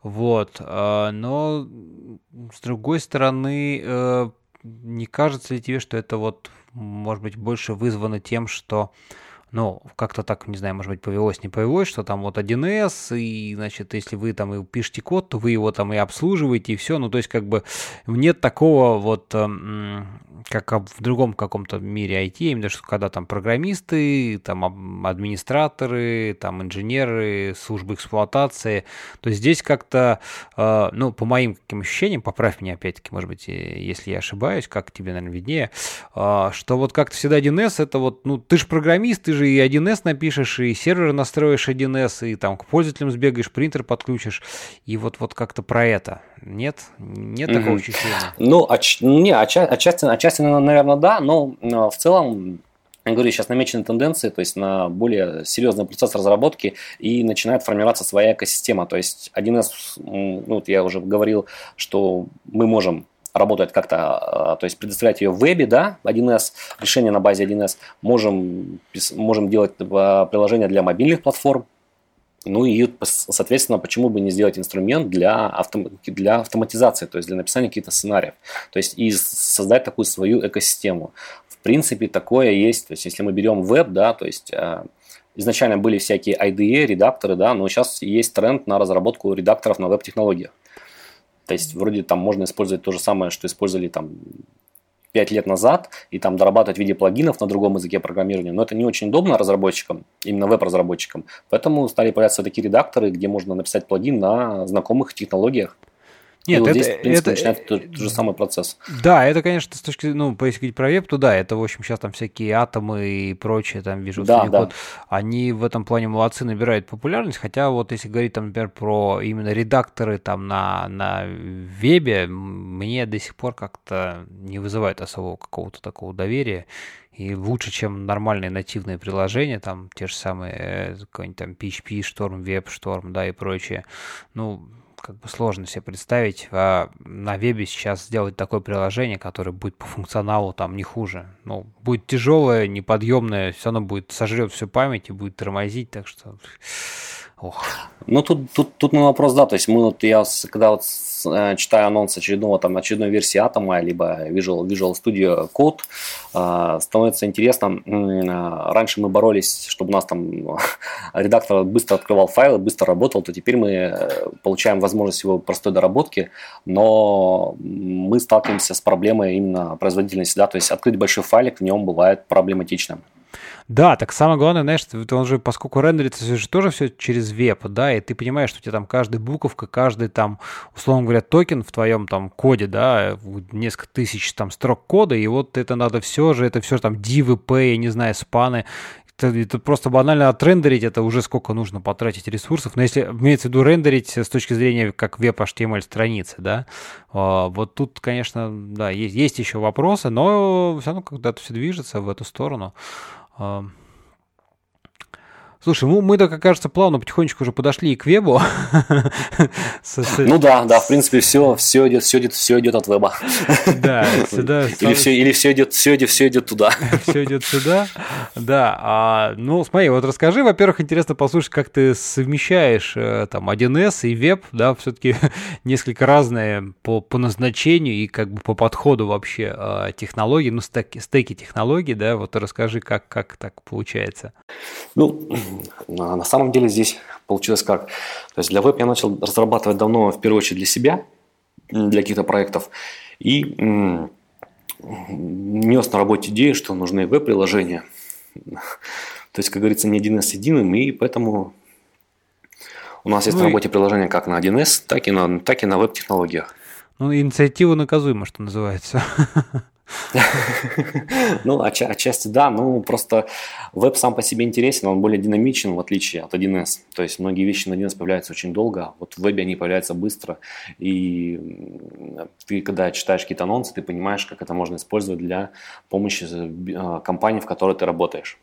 но с другой стороны, не кажется ли тебе, что это может быть, больше вызвано тем, что, как-то так, не знаю, может быть, повелось, не повелось, что 1С, и, значит, если вы и пишете код, то вы его и обслуживаете, и все, то есть, нет такого как в другом каком-то мире IT, именно что когда программисты, администраторы, инженеры, службы эксплуатации, то есть здесь как-то, по моим каким ощущениям, поправь меня опять-таки, может быть, если я ошибаюсь, как тебе, наверное, виднее, что как-то всегда 1С, это ты же программист, ты же и 1С напишешь, и сервер настроишь 1С, и к пользователям сбегаешь, принтер подключишь, и как-то про это. Нет? Нет такого ощущения? Отчасти, наверное, да, но в целом, я говорю, сейчас намечены тенденции, то есть на более серьезный процесс разработки, и начинает формироваться своя экосистема. То есть 1С, я уже говорил, что мы можем работать как-то, то есть предоставлять ее в вебе, да, 1С, решение на базе 1С, можем делать приложения для мобильных платформ, Ну и, соответственно, почему бы не сделать инструмент для автоматизации, то есть для написания каких-то сценариев, то есть и создать такую свою экосистему. В принципе, такое есть, то есть если мы берем веб, да, то есть изначально были всякие IDE, редакторы, да, но сейчас есть тренд на разработку редакторов на веб-технологиях. То есть вроде там можно использовать то же самое, что использовали там 5 лет назад, и там дорабатывать в виде плагинов на другом языке программирования, но это не очень удобно разработчикам, именно веб-разработчикам. Поэтому стали появляться такие редакторы, где можно написать плагин на знакомых технологиях. Нет, и вот это, здесь, в принципе, начинается тот же самый процесс. Да, это, конечно, с точки зрения, ну, если говорить про веб, то да, это, в общем, сейчас там всякие атомы и прочее, там, Visual Studio Code, они в этом плане молодцы, набирают популярность, хотя вот если говорить, там, например, про именно редакторы там на вебе, мне до сих пор как-то не вызывает особого какого-то такого доверия. И лучше, чем нормальные нативные приложения, там, те же самые, какой-нибудь там PHP, Storm, WebStorm, да, и прочее, ну, как бы сложно себе представить, а на вебе сейчас сделать такое приложение, которое будет по функционалу там не хуже. Ну, будет тяжелое, неподъемное, все равно будет сожрет всю память и будет тормозить, так что... Ох. Ну, тут на вопрос, да, то есть я когда вот читаю анонс очередной версии Атома, либо Visual Studio Code, становится интересно. Раньше мы боролись, чтобы у нас там редактор быстро открывал файлы, быстро работал, то теперь мы получаем возможность его простой доработки, но мы сталкиваемся с проблемой именно производительности, да, то есть открыть большой файлик в нем бывает проблематично. Да, так самое главное, знаешь, он же, поскольку рендерится же тоже все через веб, да, и ты понимаешь, что у тебя там каждая буковка, каждый там, условно говоря, токен в твоем там коде, да, несколько тысяч там строк кода, и вот это надо все там дивы, p, я не знаю, спаны, это просто банально отрендерить, это уже сколько нужно потратить ресурсов. Но если имеется в виду рендерить с точки зрения как веб-HTML страницы, да, вот тут, конечно, да, есть еще вопросы, но все равно когда-то все движется в эту сторону. Слушай, мы так, кажется, плавно потихонечку уже подошли и к вебу. Ну да, в принципе, все идет от веба. Да, сюда. Или все идет туда. Все идет сюда. Да. Ну, смотри, вот расскажи, во-первых, интересно послушать, как ты совмещаешь там 1С и веб, да, все-таки несколько разные по назначению и как бы по подходу вообще технологий, ну, стеки технологий, да, вот расскажи, как так получается. Ну, на самом деле здесь получилось как. То есть для веб я начал разрабатывать давно, в первую очередь для себя, для каких-то проектов. И нес на работе идею, что нужны веб-приложения. То есть, как говорится, не 1С единым, и поэтому у нас есть на работе приложения как на 1С, так и на веб-технологиях. Ну, инициатива наказуема, что называется. Ну, отчасти да, ну просто веб сам по себе интересен, он более динамичен, в отличие от 1С. То есть многие вещи на 1С появляются очень долго, вот в вебе они появляются быстро. И ты, когда читаешь какие-то анонсы, ты понимаешь, как это можно использовать для помощи компании, в которой ты работаешь.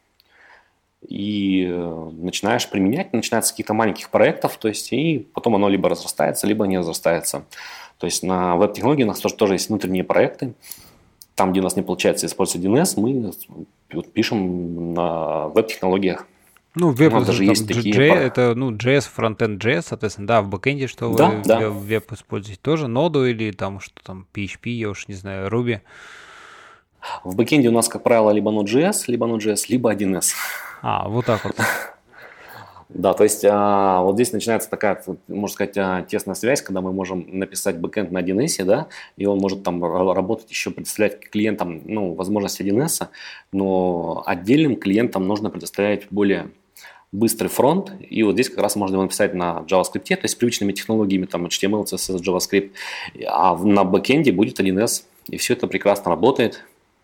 И начинаешь применять, начинается с каких-то маленьких проектов, то есть, и потом оно либо разрастается, либо не разрастается. То есть на веб-технологии у нас тоже есть внутренние проекты. Там, где у нас не получается использовать 1С, мы пишем на веб-технологиях. Ну, веб даже есть такие. Это, JS, фронтенд JS, соответственно, да, в бэкэнде, что вы веб используете тоже, ноду или там, что там, PHP, я уж не знаю, Ruby. В бэкэнде у нас, как правило, либо Node.js, либо 1С. Вот так вот. Да, то есть вот здесь начинается такая, можно сказать, тесная связь, когда мы можем написать бэкэнд на 1С, да, и он может там работать еще, предоставлять клиентам, возможность 1С, но отдельным клиентам нужно предоставлять более быстрый фронт, и вот здесь как раз можно его написать на JavaScript, то есть привычными технологиями, там HTML, CSS, JavaScript, а на бэкэнде будет 1С, и все это прекрасно работает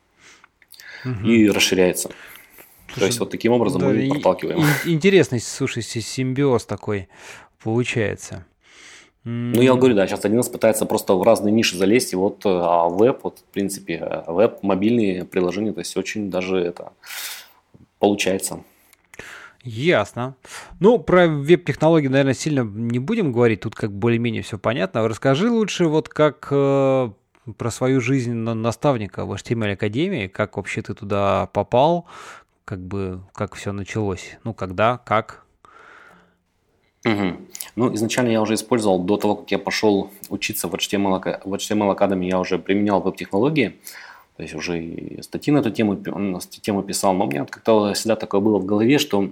и расширяется. Слушай, то есть вот таким образом мы подталкиваем. Интересный, слушай, симбиоз такой получается. Ну, я говорю, да, сейчас 1С пытается просто в разные ниши залезть, и вот веб, вот в принципе, веб, мобильные приложения, то есть очень даже это получается. Ясно. Ну, про веб-технологии, наверное, сильно не будем говорить, тут как более-менее все понятно. Расскажи лучше вот как про свою жизнь наставника в HTML Академии, как вообще ты туда попал, как все началось, когда, как? Мгм. Ну, изначально я уже использовал, до того, как я пошел учиться в HTML Academy, я уже применял веб-технологии, то есть уже и статьи на эту тему, на эту тему писал, но у меня вот как-то всегда такое было в голове, что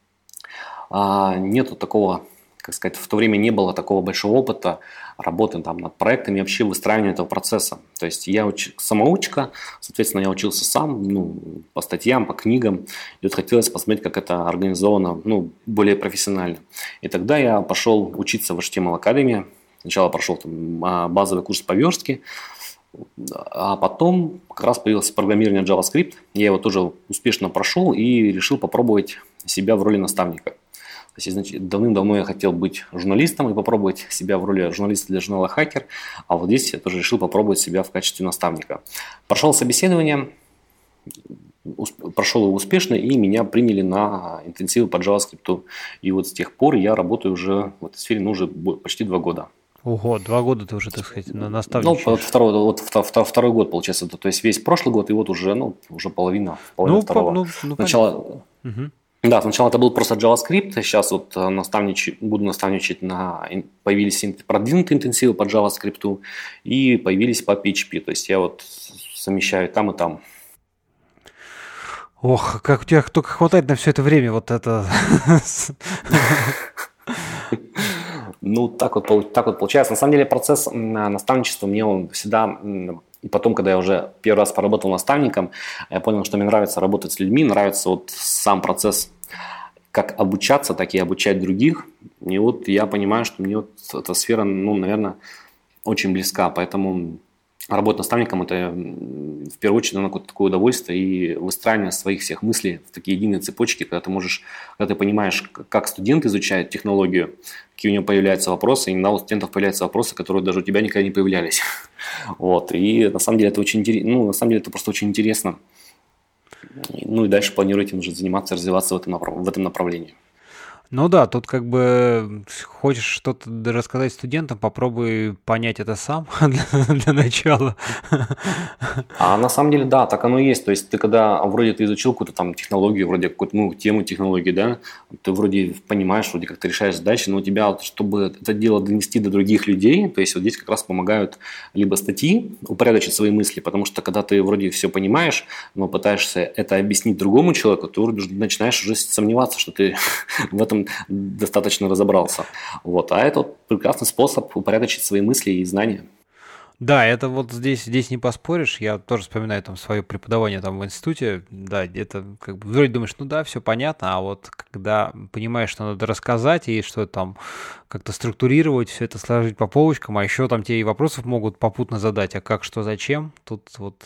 нету такого, как сказать, в то время не было такого большого опыта работы там над проектами и вообще выстраивания этого процесса. То есть я самоучка, соответственно, я учился сам, ну, по статьям, по книгам, и вот хотелось посмотреть, как это организовано, ну, более профессионально. И тогда я пошел учиться в HTML Academy. Сначала прошел там базовый курс по верстке, а потом как раз появился программирование JavaScript. Я его тоже успешно прошел и решил попробовать себя в роли наставника. То есть давным-давно я хотел быть журналистом и попробовать себя в роли журналиста для журнала «Хакер», а вот здесь я тоже решил попробовать себя в качестве наставника. Прошел собеседование, прошел его успешно, и меня приняли на интенсивы по JavaScript. И вот с тех пор я работаю уже в этой сфере, ну, уже почти 2 года. Ого, 2 года ты уже, так сказать, Ну, наставничаешь. второй год, получается, то есть весь прошлый год, и вот уже, ну, уже половина второго. Понятно. Угу. Да, сначала это был просто JavaScript, сейчас вот буду наставничать появились продвинутые интенсивы по JavaScript и появились по PHP, то есть я вот совмещаю там и там. Ох, как у тебя только хватает на все это время, вот это... Ну, так вот получается. На самом деле процесс наставничества мне он всегда... И потом, когда я уже первый раз поработал наставником, я понял, что мне нравится работать с людьми, нравится вот сам процесс как обучаться, так и обучать других. И вот я понимаю, что мне вот эта сфера, ну, наверное, очень близка. Поэтому работа наставником – это в первую очередь какое-то такое удовольствие и выстраивание своих всех мыслей в такие единые цепочки, когда ты понимаешь, как студент изучает технологию, какие у него появляются вопросы, и иногда у студентов появляются вопросы, которые даже у тебя никогда не появлялись. Вот. И на самом деле это очень интересно, ну, на самом деле это просто очень интересно. Ну и дальше планирую этим уже заниматься, развиваться в этом направлении. Ну да, тут как бы хочешь что-то рассказать студентам, попробуй понять это сам для начала. А на самом деле, да, так оно и есть. То есть ты когда вроде ты изучил какую-то там технологию, вроде какую-то, ну, тему технологии, да, ты вроде понимаешь, вроде как ты решаешь задачи, но у тебя, вот, чтобы это дело донести до других людей, то есть вот здесь как раз помогают либо статьи упорядочить свои мысли, потому что когда ты вроде все понимаешь, но пытаешься это объяснить другому человеку, ты вроде начинаешь уже сомневаться, что ты в этом достаточно разобрался. Вот. А это вот прекрасный способ упорядочить свои мысли и знания. Да, это вот здесь не поспоришь. Я тоже вспоминаю там свое преподавание там в институте. Да, где-то как бы вроде думаешь, ну да, все понятно, а вот когда понимаешь, что надо рассказать и что там как-то структурировать, все это сложить по полочкам, а еще там тебе и вопросов могут попутно задать, а как, что, зачем, тут вот...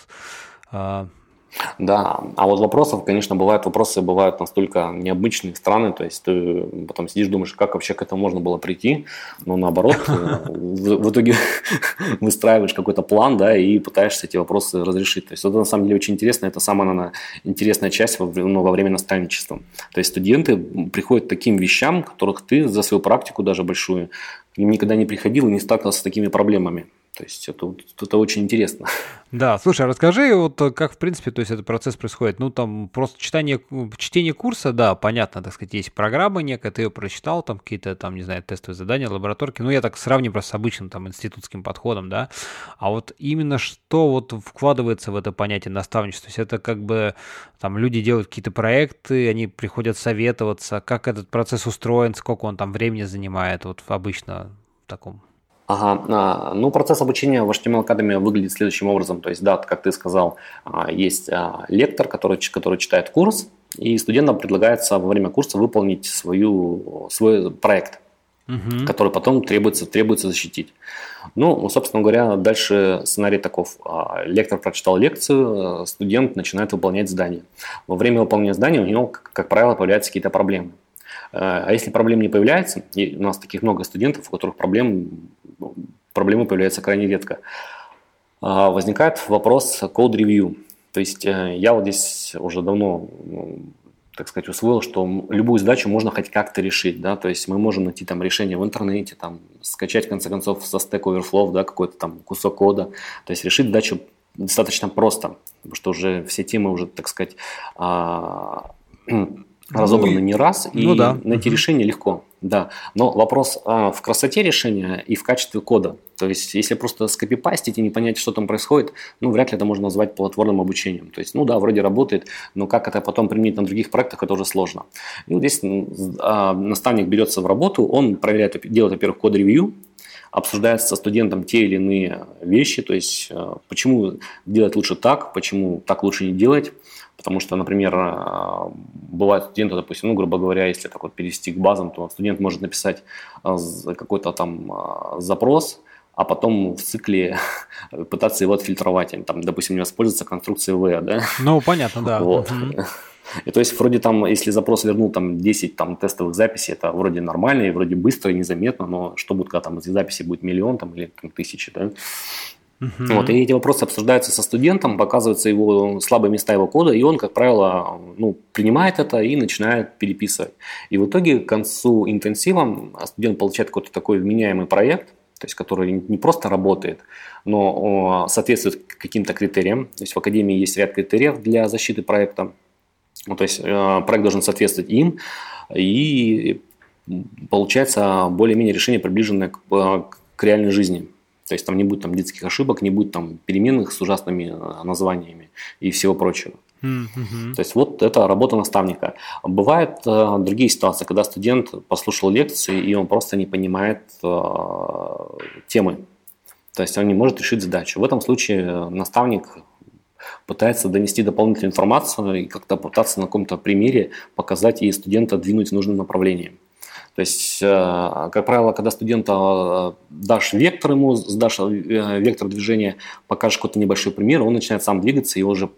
Да, а вот вопросов, конечно, вопросы бывают настолько необычные, странные, то есть ты потом сидишь, думаешь, как вообще к этому можно было прийти, но наоборот, в итоге выстраиваешь какой-то план, да, и пытаешься эти вопросы разрешить. То есть это на самом деле очень интересно, это самая, наверное, интересная часть во время наставничества. То есть студенты приходят к таким вещам, которых ты за свою практику даже большую к ним никогда не приходил и не сталкивался с такими проблемами. То есть это очень интересно. Да, слушай, а расскажи, вот как, в принципе, то есть этот процесс происходит? Ну, там просто чтение курса, да, понятно, так сказать, есть программа некая, ты ее прочитал, там какие-то, там, не знаю, тестовые задания, лабораторки, ну, я так сравниваю просто с обычным там институтским подходом, да, а вот именно что вот вкладывается в это понятие наставничества? То есть это как бы там люди делают какие-то проекты, они приходят советоваться, как этот процесс устроен, сколько он там времени занимает, вот обычно в таком... Ага, ну процесс обучения в HTML Academy выглядит следующим образом. То есть, да, как ты сказал, есть лектор, который читает курс, и студентам предлагается во время курса выполнить свой проект, который потом требуется защитить. Ну, собственно говоря, дальше сценарий таков. Лектор прочитал лекцию, студент начинает выполнять задание. Во время выполнения задания у него, как правило, появляются какие-то проблемы. А если проблем не появляется, и у нас таких много студентов, у которых проблемы появляются крайне редко, возникает вопрос code review. То есть я вот здесь уже давно, так сказать, усвоил, что любую задачу можно хоть как-то решить, да, то есть мы можем найти там решение в интернете, там, скачать, в конце концов, со Stack Overflow, да, какой-то там кусок кода, то есть решить задачу достаточно просто, потому что уже все темы уже, так сказать, разобраны не раз, и найти решение легко. Да, но вопрос в красоте решения и в качестве кода. То есть, если просто скопипастить и не понять, что там происходит, ну, вряд ли это можно назвать платформенным обучением. То есть, ну да, вроде работает, но как это потом применить на других проектах, это уже сложно. И вот здесь наставник берется в работу, он проверяет, делает, во-первых, код-ревью, обсуждает со студентом те или иные вещи, то есть, почему делать лучше так, почему так лучше не делать. Потому что, например, бывают студенты, допустим, ну, грубо говоря, если так вот перевести к базам, то студент может написать какой-то там запрос, а потом в цикле пытаться его отфильтровать. Там, допустим, не воспользоваться конструкцией where, да? Ну, понятно, да. Вот. И то есть, вроде там, если запрос вернул там 10 там, тестовых записей, это вроде нормально и вроде быстро и незаметно, но что будет, когда там этих записей будет миллион там, или там, тысячи, да? Вот, и эти вопросы обсуждаются со студентом, показываются его слабые места его кода, и он, как правило, ну, принимает это и начинает переписывать. И в итоге к концу интенсива студент получает какой-то такой вменяемый проект, то есть который не просто работает, но соответствует каким-то критериям. То есть в Академии есть ряд критериев для защиты проекта. Ну, то есть проект должен соответствовать им, и получается более-менее решение, приближенное к реальной жизни. То есть там не будет там детских ошибок, не будет там переменных с ужасными названиями и всего прочего. То есть вот это работа наставника. Бывают другие ситуации, когда студент послушал лекции, и он просто не понимает темы. То есть он не может решить задачу. В этом случае наставник пытается донести дополнительную информацию и как-то пытаться на каком-то примере показать и студента двинуть в нужном направлении. То есть, как правило, когда студента дашь вектор ему, сдашь вектор движения, покажешь какой-то небольшой пример, он начинает сам двигаться и уже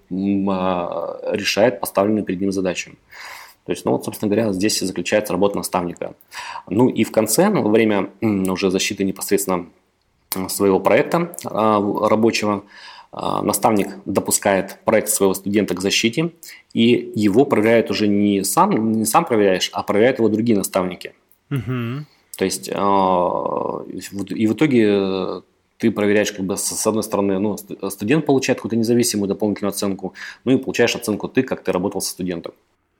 решает поставленную перед ним задачу. То есть, ну вот, собственно говоря, здесь заключается работа наставника. Ну и в конце, во время уже защиты непосредственно своего проекта рабочего, наставник допускает проект своего студента к защите, и его проверяют уже не сам проверяешь, а проверяют его другие наставники. То есть, и в итоге ты проверяешь, как бы, с одной стороны, ну, студент получает какую-то независимую дополнительную оценку, ну и получаешь оценку ты, как ты работал со студентом.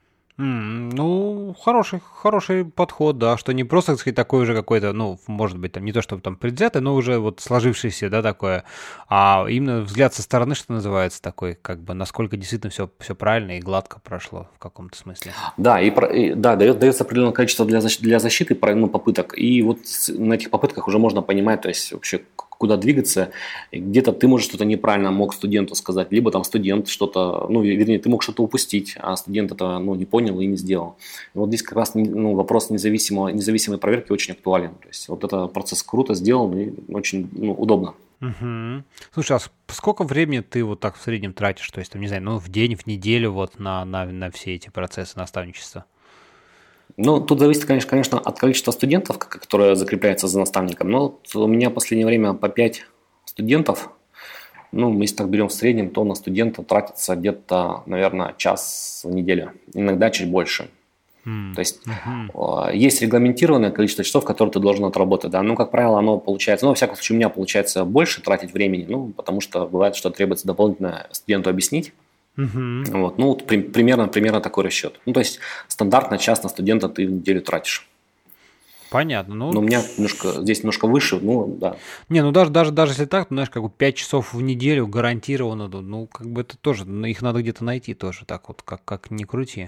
Ну, хороший подход, да, что не просто, так сказать, такой уже какой-то, ну, может быть, там не то, чтобы там предвзятый, но уже вот сложившийся, да, такое, а именно взгляд со стороны, что называется, такой, как бы, насколько действительно все правильно и гладко прошло в каком-то смысле. Да, дается определенное количество для защиты, ну, попыток, и вот на этих попытках уже можно понимать, то есть вообще куда двигаться, где-то ты, может, что-то неправильно мог студенту сказать, либо там студент что-то, ну, вернее, ты мог что-то упустить, а студент это, ну, не понял и не сделал. И вот здесь как раз, ну, вопрос независимой проверки очень актуален. То есть вот этот процесс круто сделан и очень, ну, удобно. Слушай, а сколько времени ты вот так в среднем тратишь, то есть, там, не знаю, ну, в день, в неделю вот на все эти процессы наставничества? Ну, тут зависит, конечно, от количества студентов, которые закрепляются за наставником. Но вот у меня в последнее время по 5 студентов. Ну, если так берем в среднем, то на студента тратится где-то, наверное, час в неделю. Иногда чуть больше. То есть есть регламентированное количество часов, которые ты должен отработать. Да? Ну, как правило, оно получается, ну, во всяком случае, у меня получается больше тратить времени, ну, потому что бывает, что требуется дополнительно студенту объяснить. Вот, ну, вот примерно такой расчет. Ну, то есть стандартно час на студента ты в неделю тратишь. Понятно. Ну, но у меня здесь немножко выше, ну, да. Не, ну даже если так, ну, знаешь, как бы 5 часов в неделю гарантированно, ну, как бы это тоже, их надо где-то найти тоже, так вот, как ни крути.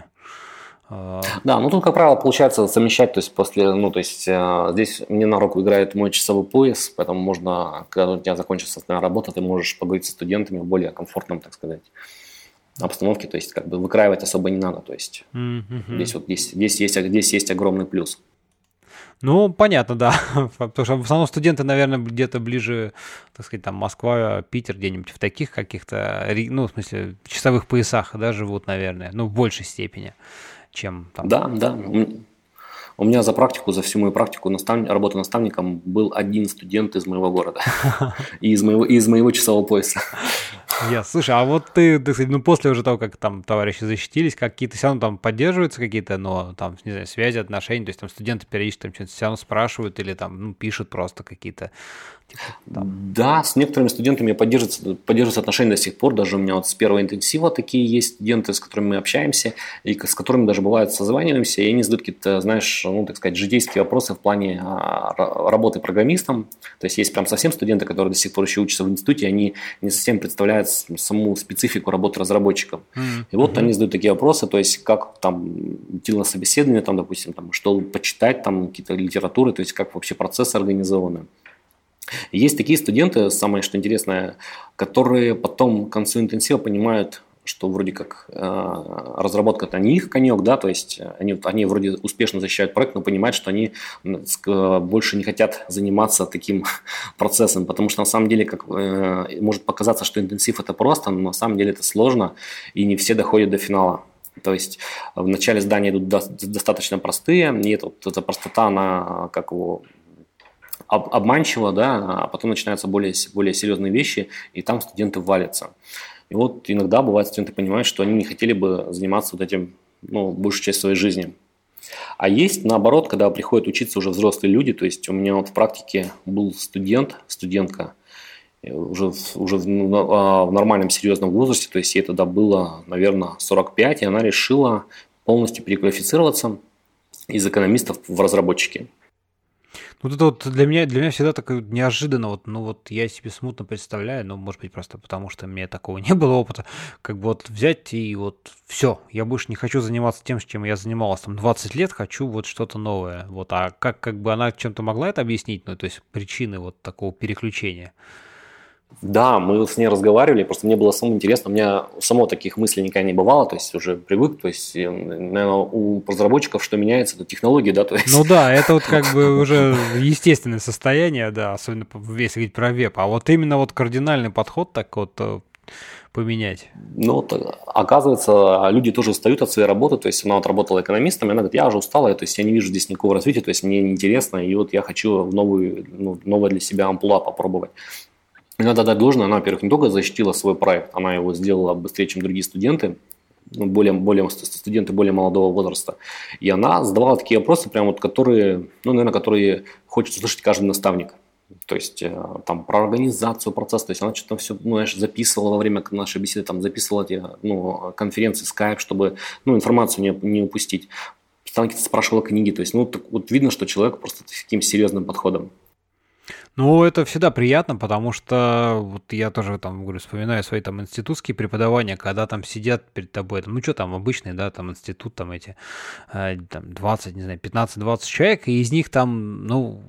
Да, ну тут, как правило, получается совмещать, то есть здесь мне на руку играет мой часовой пояс, поэтому можно, когда у тебя закончится основная работа, ты можешь поговорить с студентами в более комфортном, так сказать, обстановке, то есть как бы выкраивать особо не надо, то есть здесь есть огромный плюс. Ну, понятно, да, потому что в основном студенты, наверное, где-то ближе, так сказать, там Москва, Питер, где-нибудь в таких каких-то, ну, в смысле, часовых поясах, да, живут, наверное, ну, в большей степени, чем там. Да. У меня за всю мою практику работы наставником был один студент из моего города и из моего часового пояса. Слушай, а вот ты, так сказать, ну после уже того, как там товарищи защитились, какие-то все равно там поддерживаются какие-то, но там, не знаю, связи, отношения, то есть там студенты периодически там что-то все равно спрашивают или там, ну, пишут просто какие-то Да, с некоторыми студентами поддерживаются отношения до сих пор. Даже у меня вот с первого интенсива такие есть студенты, с которыми мы общаемся, и с которыми даже бывает созваниваемся, и они задают какие-то, знаешь, так сказать, житейские вопросы в плане работы программистом. То есть прям совсем студенты, которые до сих пор еще учатся в институте, они не совсем представляют саму специфику работы разработчиком. И вот они задают такие вопросы, то есть как там идти на собеседование, там, допустим, там, что почитать, там какие-то литературы, то есть как вообще процессы организованы. Есть такие студенты, самое что интересное, которые потом к концу интенсива понимают, что вроде как разработка это не их конек, да, то есть они вроде успешно защищают проект, но понимают, что они больше не хотят заниматься таким процессом, потому что на самом деле может показаться, что интенсив это просто, но на самом деле это сложно, и не все доходят до финала. То есть в начале здания идут достаточно простые, и эта простота, она обманчиво, да, а потом начинаются более серьезные вещи, и там студенты валятся. И вот иногда бывает, студенты понимают, что они не хотели бы заниматься вот этим, большую часть своей жизни. А есть наоборот, когда приходят учиться уже взрослые люди, то есть у меня вот в практике был студентка, уже в нормальном серьезном возрасте, то есть ей тогда было, наверное, 45, и она решила полностью переквалифицироваться из экономистов в разработчики. Вот это вот для меня всегда так неожиданно, я себе смутно представляю, может быть, просто потому что у меня такого не было опыта, взять и все, я больше не хочу заниматься тем, чем я занималась там 20 лет, хочу что-то новое. А как она чем-то могла это объяснить, то есть причины такого переключения? Да, мы с ней разговаривали, просто мне было самому интересно, у меня само таких мыслей никогда не бывало, то есть уже привык, то есть, наверное, у разработчиков что меняется, это технологии, да, то есть... это уже естественное состояние, да, особенно если говорить про веб, а именно кардинальный подход так поменять. Оказывается, люди тоже устают от своей работы, то есть она работала экономистом, и она говорит, я уже устала, то есть я не вижу здесь никакого развития, то есть мне неинтересно, и я хочу новое для себя амплуа попробовать. Надо дать должное, она, во-первых, не только защитила свой проект, она его сделала быстрее, чем другие студенты, студенты более молодого возраста. И она задавала такие вопросы, которые хочет услышать каждый наставник. То есть там про организацию процесса, то есть она что-то все записывала во время нашей беседы, записывала эти конференции, Skype, чтобы информацию не упустить. Спрашивала книги, то есть видно, что человек просто с таким серьезным подходом. Это всегда приятно, потому что я тоже вспоминаю свои институтские преподавания, когда там сидят перед тобой, обычный, да, институт, эти 20, не знаю, 15-20 человек, и из них там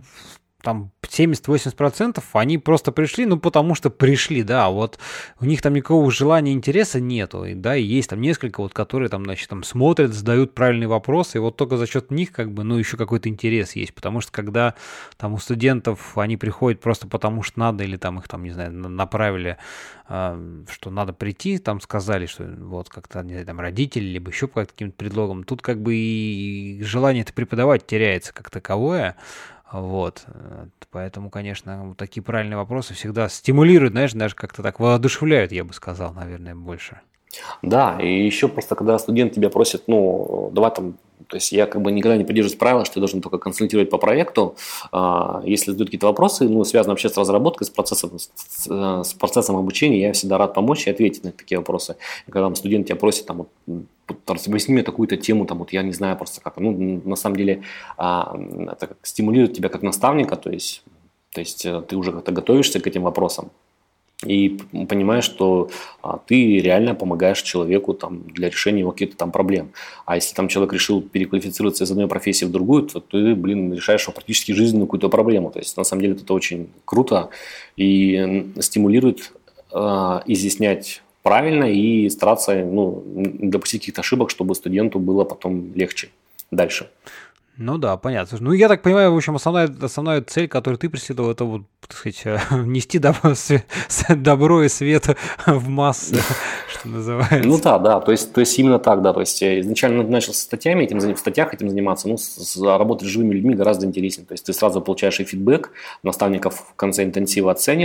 70-80% они просто пришли, потому что пришли, да, у них там никакого желания, интереса нету, и есть там несколько, которые смотрят, задают правильные вопросы, и только за счет них, еще какой-то интерес есть, потому что когда у студентов они приходят просто потому что надо, или их не знаю, направили, что надо прийти, сказали, что как-то, не знаю, родители, либо еще по каким-то предлогам, тут и желание это преподавать теряется как таковое. Поэтому, конечно, такие правильные вопросы всегда стимулируют, даже как-то так воодушевляют, я бы сказал, наверное, больше. Да, и еще просто, когда студент тебя просит, давай то есть я никогда не придерживаюсь правила, что я должен только консультировать по проекту. Если задают какие-то вопросы, связанные вообще с разработкой, с процессом обучения, я всегда рад помочь и ответить на такие вопросы. И когда студент тебя просит, объясни мне такую-то тему, я не знаю просто как. На самом деле это стимулирует тебя как наставника, то есть ты уже как-то готовишься к этим вопросам. И понимаешь, что ты реально помогаешь человеку для решения его каких-то проблем. А если человек решил переквалифицироваться из одной профессии в другую, то ты, решаешь практически жизненную какую-то проблему. То есть на самом деле это очень круто и стимулирует изъяснять правильно и стараться не допустить каких-то ошибок, чтобы студенту было потом легче дальше. Да, понятно. Я так понимаю, в общем, основная цель, которую ты преследовал, это так сказать, нести добро и свет в массы, что называется. Да, то есть именно так, да. То есть изначально начал в статьях этим заниматься, работать с живыми людьми гораздо интереснее. То есть ты сразу получаешь и фидбэк, наставников в конце интенсива оценивают,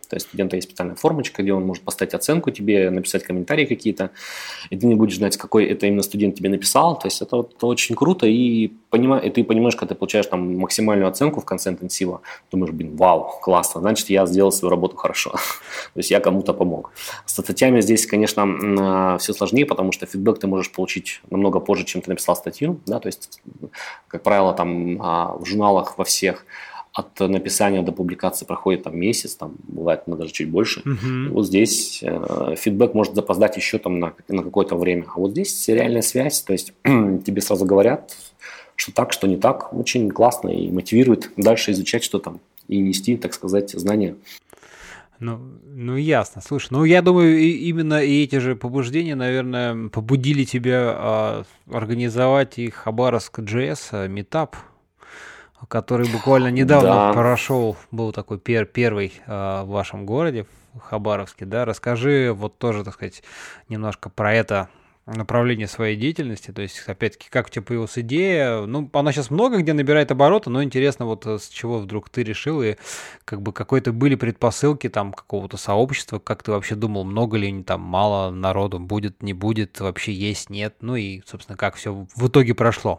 То есть у студента есть специальная формочка, где он может поставить оценку тебе, написать комментарии какие-то, и ты не будешь знать, какой это именно студент тебе написал. То есть это вот очень круто, и ты понимаешь, когда ты получаешь там максимальную оценку в конце интенсива, думаешь, блин, вау, классно, значит, я сделал свою работу хорошо. То есть я кому-то помог. С статьями здесь, конечно, все сложнее, потому что фидбэк ты можешь получить намного позже, чем ты написал статью. Да? То есть, как правило, там в журналах во всех от написания до публикации проходит там месяц, там бывает даже чуть больше. И вот здесь фидбэк может запоздать еще там на какое-то время. А вот здесь реальная связь, то есть тебе сразу говорят, что так, что не так. Очень классно и мотивирует дальше изучать что-то и нести, так сказать, знания. Ну, ясно. Слушай, я думаю, именно и эти же побуждения, наверное, побудили тебя организовать и Хабаровск.js метап, который буквально недавно прошел, был такой первый в вашем городе, в Хабаровске, да? Расскажи вот тоже, так сказать, немножко про это направление своей деятельности, то есть, опять-таки, как у тебя появилась идея, она сейчас много где набирает обороты, но интересно, вот с чего вдруг ты решил, и как бы какой-то были предпосылки там какого-то сообщества, как ты вообще думал, много ли там, мало народу, будет, не будет, вообще есть, нет, и, собственно, как все в итоге прошло?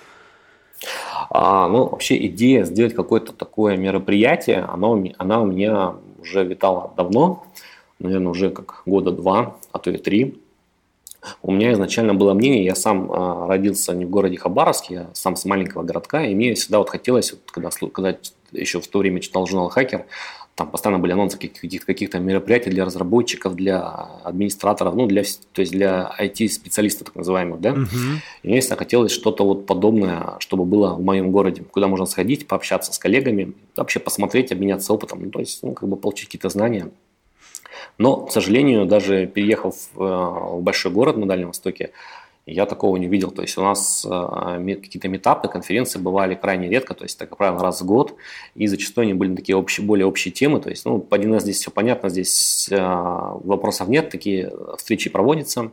Вообще идея сделать какое-то такое мероприятие, она у меня уже витала давно, наверное, уже как года 2, а то и 3. У меня изначально было мнение, я сам родился не в городе Хабаровске, я сам с маленького городка, и мне всегда хотелось, когда еще в то время читал журнал «Хакер», там постоянно были анонсы каких-то мероприятий для разработчиков, для администраторов, то есть для IT-специалистов, так называемых, да. И мне всегда хотелось что-то вот подобное, чтобы было в моем городе, куда можно сходить, пообщаться с коллегами, вообще посмотреть, обменяться опытом, то есть, получить какие-то знания. Но, к сожалению, даже переехав в большой город на Дальнем Востоке, я такого не видел. То есть у нас какие-то митапы, конференции бывали крайне редко, то есть, как правило, раз в год, и зачастую они были такие более общие темы. То есть, по 1С здесь все понятно, здесь вопросов нет, такие встречи проводятся.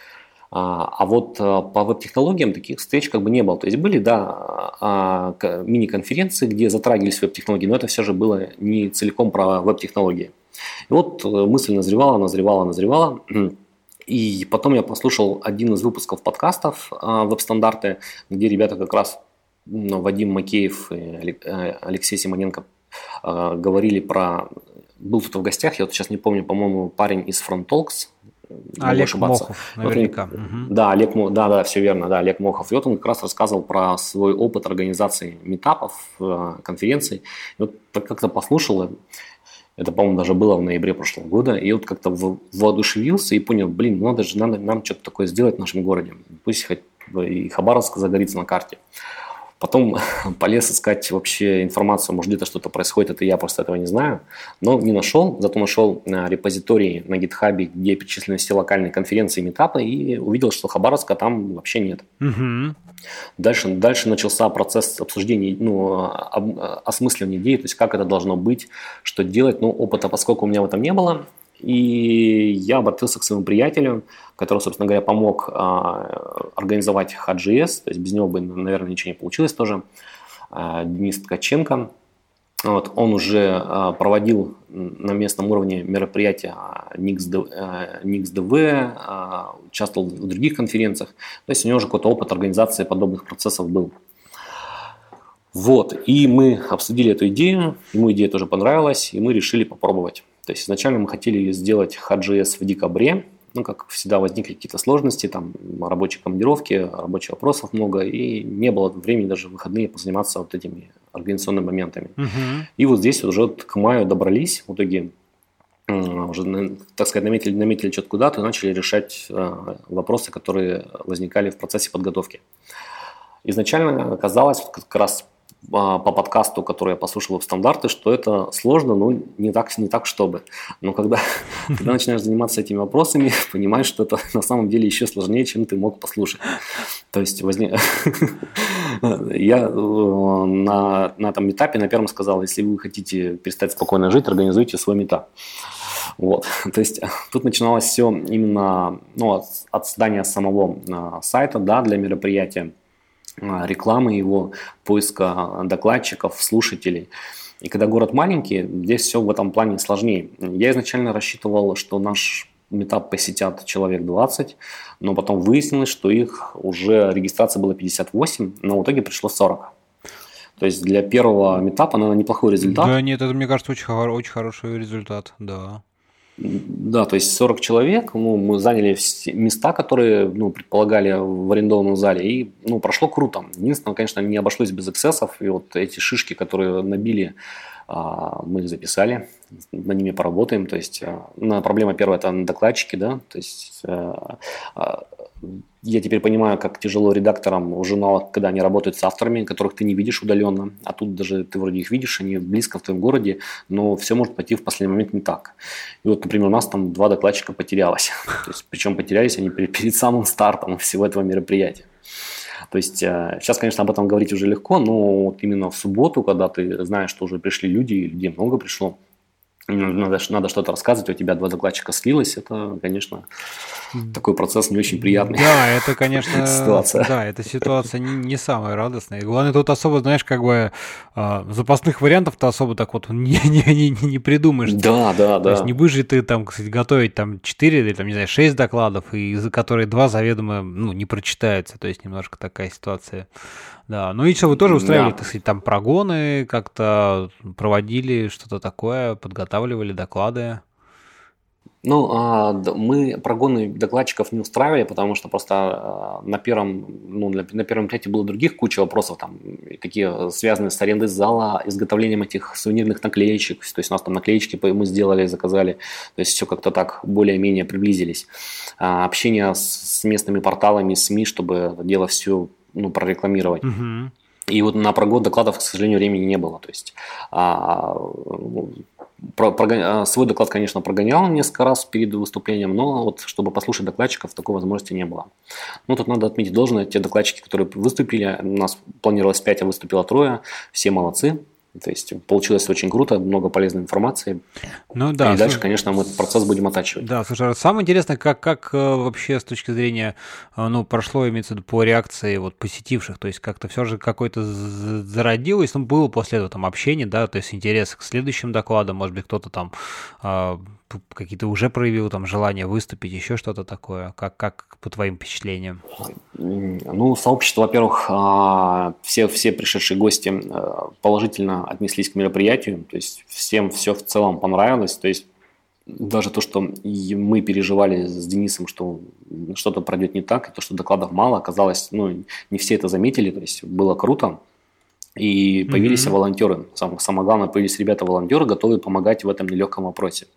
А вот по веб-технологиям таких встреч как бы не было. То есть были, да, мини-конференции, где затрагивались веб-технологии, но это все же было не целиком про веб-технологии. И вот мысль назревала. И потом я послушал один из выпусков подкастов «Веб-стандарты», где ребята как раз, Вадим Макеев и Алексей Симоненко, говорили про... Был кто-то в гостях, я вот сейчас не помню, по-моему, парень из FrontTalks. Олег Мохов, наверняка. Да, да, все верно, да, Олег Мохов. И вот он как раз рассказывал про свой опыт организации митапов, конференций. И вот как-то послушал, это, по-моему, даже было в ноябре прошлого года, и вот как-то воодушевился и понял, надо нам что-то такое сделать в нашем городе. Пусть хоть и Хабаровск загорится на карте. Потом полез искать вообще информацию, может, где-то что-то происходит, это я просто этого не знаю, но не нашел, зато нашел репозиторий на GitHub, где перечислены все локальные конференции и митапы, и увидел, что Хабаровска там вообще нет. Дальше начался процесс обсуждения, осмысливания идеи, то есть как это должно быть, что делать, опыта, поскольку у меня в этом не было. И я обратился к своему приятелю, который, собственно говоря, помог организовать Hot.js, то есть без него бы, наверное, ничего не получилось тоже, Денис Ткаченко. Вот, он уже проводил на местном уровне мероприятия NixDV, участвовал в других конференциях, то есть у него уже какой-то опыт организации подобных процессов был. Вот, и мы обсудили эту идею, ему идея тоже понравилась, и мы решили попробовать. То есть изначально мы хотели сделать Hot.js в декабре, как всегда возникли какие-то сложности, там рабочие командировки, рабочих вопросов много, и не было времени даже в выходные позаниматься вот этими организационными моментами. И вот здесь уже к маю добрались, в итоге уже, так сказать, наметили четкую дату и начали решать вопросы, которые возникали в процессе подготовки. Изначально оказалось, как раз по подкасту, который я послушал «Веб-стандарты», что это сложно, но не так чтобы. Но когда начинаешь заниматься этими вопросами, понимаешь, что это на самом деле еще сложнее, чем ты мог послушать. То есть я на этом этапе на первом сказал, если вы хотите перестать спокойно жить, организуйте свой метап. Вот. То есть тут начиналось все именно от создания самого сайта, да, для мероприятия, рекламы его, поиска докладчиков, слушателей. И когда город маленький, здесь все в этом плане сложнее. Я изначально рассчитывал, что наш метап посетят человек 20, но потом выяснилось, что их уже регистрация была 58, но в итоге пришло 40. То есть для первого метапа, наверное, неплохой результат. Да нет, это, мне кажется, очень хороший результат, да. Да, то есть 40 человек, мы заняли все места, которые предполагали в арендованном зале, и прошло круто. Единственное, конечно, не обошлось без эксцессов, и вот эти шишки, которые набили, мы их записали, над ними поработаем. То есть проблема первая – это докладчики, да, то есть я теперь понимаю, как тяжело редакторам в журналах, когда они работают с авторами, которых ты не видишь удаленно, а тут даже ты вроде их видишь, они близко в твоем городе, но все может пойти в последний момент не так. И вот, например, у нас там 2 докладчика потерялось, то есть, причем потерялись они перед самым стартом всего этого мероприятия. То есть сейчас, конечно, об этом говорить уже легко, но вот именно в субботу, когда ты знаешь, что уже пришли люди, и людей много пришло, надо что-то рассказывать, у тебя 2 докладчика слилось, это, конечно, такой процесс не очень приятный. Да, это, конечно, ситуация. Да, эта ситуация не самая радостная. И главное, тут особо, знаешь, как бы запасных вариантов-то особо так вот не придумаешь. Да. То есть не будешь же ты там, кстати, готовить там 4 или там, не знаю, 6 докладов, и из которых 2 заведомо не прочитаются. То есть немножко такая ситуация. Да, ну и что, вы тоже устраивали, так сказать, там прогоны, как-то проводили что-то такое, подготавливали доклады? Мы прогоны докладчиков не устраивали, потому что просто на первом мероприятии было других куча вопросов, там, такие связанные с арендой зала, изготовлением этих сувенирных наклеечек. То есть у нас там наклеечки мы сделали, заказали, то есть все как-то так более-менее приблизились. Общение с местными порталами, СМИ, чтобы это дело все прорекламировать. Угу. И вот на прогон докладов, к сожалению, времени не было. То есть свой доклад, конечно, прогонял несколько раз перед выступлением, но вот чтобы послушать докладчиков, такой возможности не было. Тут надо отметить должное, те докладчики, которые выступили, у нас планировалось 5, а выступило 3, все молодцы. То есть получилось очень круто, много полезной информации. Ну да. И дальше, конечно, мы этот процесс будем оттачивать. Да, слушай, самое интересное, как вообще с точки зрения, прошло, имеется в виду, по реакции вот посетивших, то есть как-то все же какое-то зародилось, было после этого там общение, да, то есть интерес к следующим докладам, может быть, кто-то там какие-то уже проявил там желание выступить, еще что-то такое, как по твоим впечатлениям? Сообщество, во-первых, все пришедшие гости положительно отнеслись к мероприятию, то есть всем все в целом понравилось, то есть даже то, что мы переживали с Денисом, что что-то пройдет не так, и то, что докладов мало, оказалось, не все это заметили, то есть было круто. И появились волонтеры. Самое главное, появились ребята-волонтеры, готовые помогать в этом нелегком вопросе.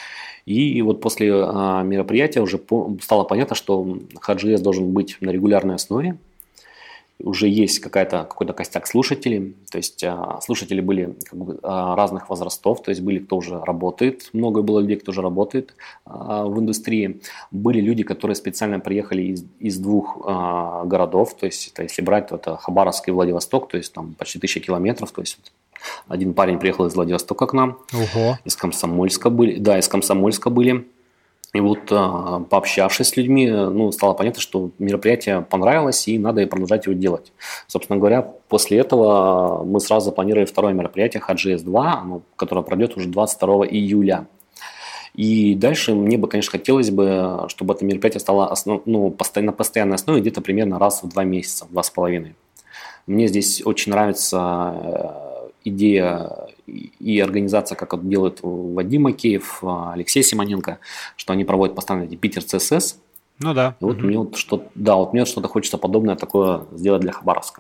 И вот после мероприятия уже стало понятно, что HGS должен быть на регулярной основе. Уже есть какой-то костяк слушателей, то есть слушатели были разных возрастов, то есть были, кто уже работает, много было людей, кто уже работает в индустрии. Были люди, которые специально приехали из 2 городов, то есть если брать, то это Хабаровск и Владивосток, то есть там почти 1000 километров, то есть один парень приехал из Владивостока к нам, из Комсомольска были. И вот пообщавшись с людьми, стало понятно, что мероприятие понравилось и надо продолжать его делать. Собственно говоря, после этого мы сразу запланировали 2 мероприятие HGS 2, которое пройдет уже 22 июля. И дальше мне бы, конечно, хотелось бы, чтобы это мероприятие стало на постоянной основе где-то примерно раз в 2 месяца, 2,5. Мне здесь очень нравится идея и организация, как это делает Вадим Макеев, Алексей Симоненко, что они проводят постоянно эти Питер ЦСС. Ну да. И вот мне что-то хочется подобное такое сделать для Хабаровска.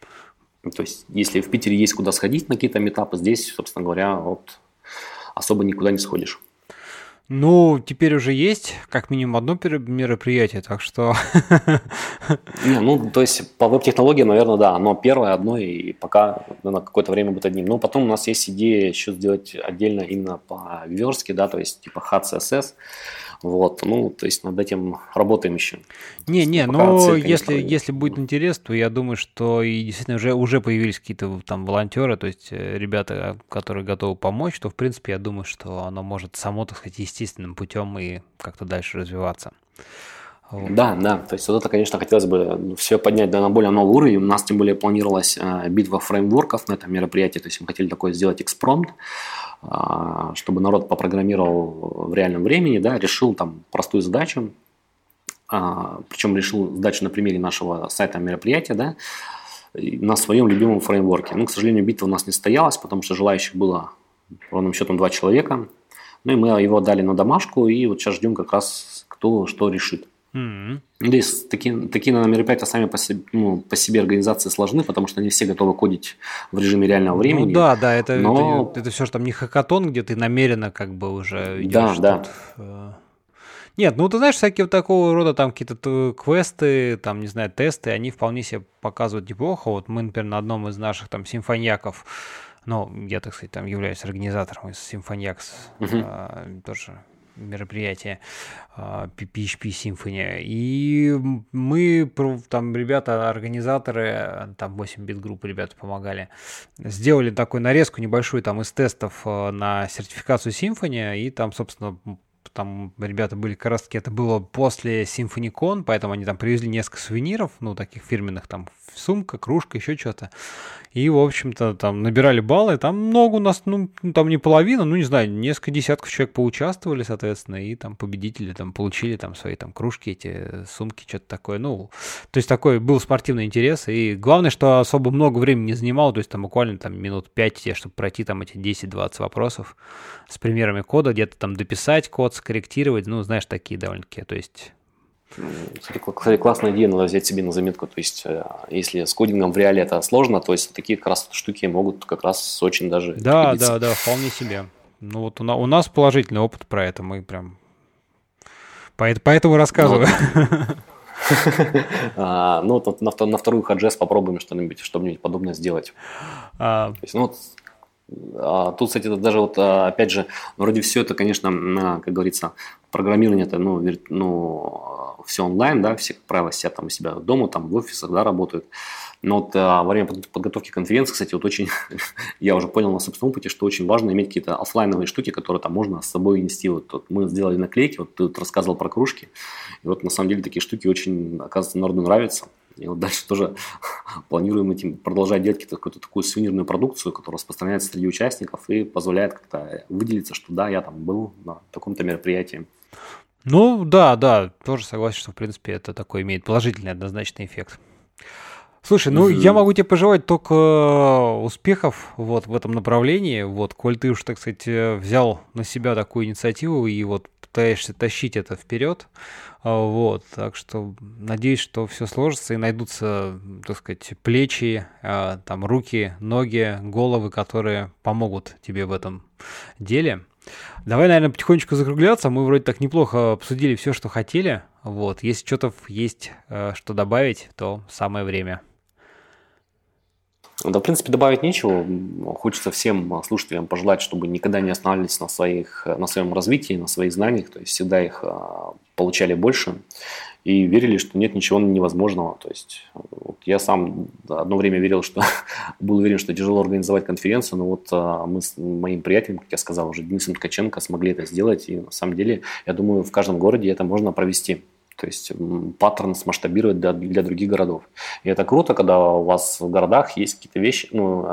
То есть, если в Питере есть куда сходить на какие-то митапы, здесь, собственно говоря, особо никуда не сходишь. Теперь уже есть как минимум одно мероприятие, так что... То есть по веб-технологии, наверное, да, оно первое, одно, и пока на какое-то время будет одним. Но потом у нас есть идея еще сделать отдельно именно по верстке, да, то есть типа HCSS. То есть над этим работаем еще. Если будет интерес, то я думаю, что и действительно уже появились какие-то там волонтеры, то есть ребята, которые готовы помочь, то в принципе я думаю, что оно может само, так сказать, естественным путем и как-то дальше развиваться. Да, да, то есть вот это, конечно, хотелось бы все поднять на более новый уровень. У нас, тем более, планировалась битва фреймворков на этом мероприятии, то есть мы хотели такое сделать экспромт, чтобы народ попрограммировал в реальном времени, да, решил там простую задачу, причем решил задачу на примере нашего сайта мероприятия, да, на своем любимом фреймворке. Ну, к сожалению, битва у нас не состоялась, потому что желающих было ровным счетом 2 человека. Ну и мы его дали на домашку, и вот сейчас ждем как раз, кто что решит. Здесь такие наверное, мероприятия сами по себе организации сложны, потому что не все готовы кодить в режиме реального времени. Ну да, это все же там не хакатон, где ты намеренно как бы уже идешь. Да. Нет, ну ты знаешь, всякие вот такого рода там какие-то квесты, там, не знаю, тесты, они вполне себе показывают неплохо. Вот мы, например, на одном из наших там симфониаков, ну, я, так сказать, там являюсь организатором из Симфониакс, тоже мероприятие PHP Symfony. И мы, там ребята, организаторы, там 8-бит группы ребята помогали, сделали такую нарезку небольшую там из тестов на сертификацию Symfony, и там, собственно, там ребята были как раз таки, это было после SymfonyCon, поэтому они там привезли несколько сувениров, ну, таких фирменных, там, сумка, кружка, еще что-то. И, в общем-то, там набирали баллы, там много у нас, ну, там не половина, ну, не знаю, несколько десятков человек поучаствовали, соответственно, и там победители там получили там свои там кружки, эти сумки, что-то такое, ну, то есть такой был спортивный интерес, и главное, что особо много времени не занимало, то есть там буквально там минут 5, чтобы пройти там эти 10-20 вопросов с примерами кода, где-то там дописать код, скорректировать, ну, знаешь, такие довольно-таки, то есть... Кстати, классная идея, надо взять себе на заметку. То есть, если с кодингом в реале это сложно, то есть такие как раз штуки могут как раз очень даже... Да, вполне себе. Ну вот у нас положительный опыт про это, мы прям... Поэтому рассказываю. Ну, вот на вторую Hot.js попробуем что-нибудь подобное сделать. Тут, кстати, даже вот, опять же, вроде все это, конечно, как говорится, программирование это, все онлайн, да, все, как правило, сидят там у себя дома, там в офисах, да, работают. Но вот во время подготовки конференции, кстати, вот очень, я уже понял на собственном опыте, что очень важно иметь какие-то офлайновые штуки, которые там можно с собой нести. Вот мы сделали наклейки, вот ты рассказывал про кружки, и вот на самом деле такие штуки очень, оказывается, народу нравятся. И вот дальше тоже планируем этим продолжать делать какую-то такую сувенирную продукцию, которая распространяется среди участников и позволяет как-то выделиться, что да, я там был на таком-то мероприятии. Ну, да, тоже согласен, что, в принципе, это такой имеет положительный однозначный эффект. Слушай, ну, я могу тебе пожелать только успехов вот в этом направлении, вот, коль ты уж, так сказать, взял на себя такую инициативу и вот пытаешься тащить это вперед, вот, так что надеюсь, что все сложится и найдутся, так сказать, плечи, там, руки, ноги, головы, которые помогут тебе в этом деле. Давай, наверное, потихонечку закругляться. Мы вроде так неплохо обсудили все, что хотели. Вот, если что-то есть, что добавить, то самое время. Да, в принципе, добавить нечего. Хочется всем слушателям пожелать, чтобы никогда не останавливались на своем развитии, на своих знаниях, то есть всегда их получали больше и верили, что нет ничего невозможного. То есть вот я сам одно время верил, что был уверен, что тяжело организовать конференцию, но вот мы с моим приятелем, как я сказал, уже Денисом Ткаченко, смогли это сделать, и на самом деле, я думаю, в каждом городе это можно провести. То есть паттерн смасштабировать для других городов. И это круто, когда у вас в городах есть какие-то вещи,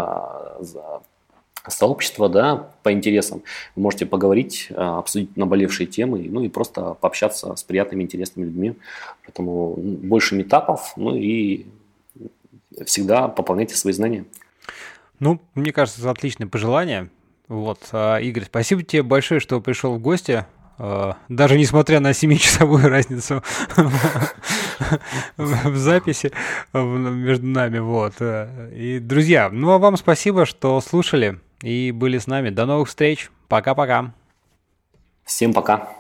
сообщества, да, по интересам. Вы можете поговорить, обсудить наболевшие темы, ну и просто пообщаться с приятными, интересными людьми. Поэтому больше митапов, ну и всегда пополняйте свои знания. Ну, мне кажется, это отличное пожелание. Вот, Игорь, спасибо тебе большое, что пришел в гости. Даже несмотря на 7-часовую разницу в записи между нами. Вот. И, друзья, ну а вам спасибо, что слушали и были с нами. До новых встреч. Пока-пока. Всем пока.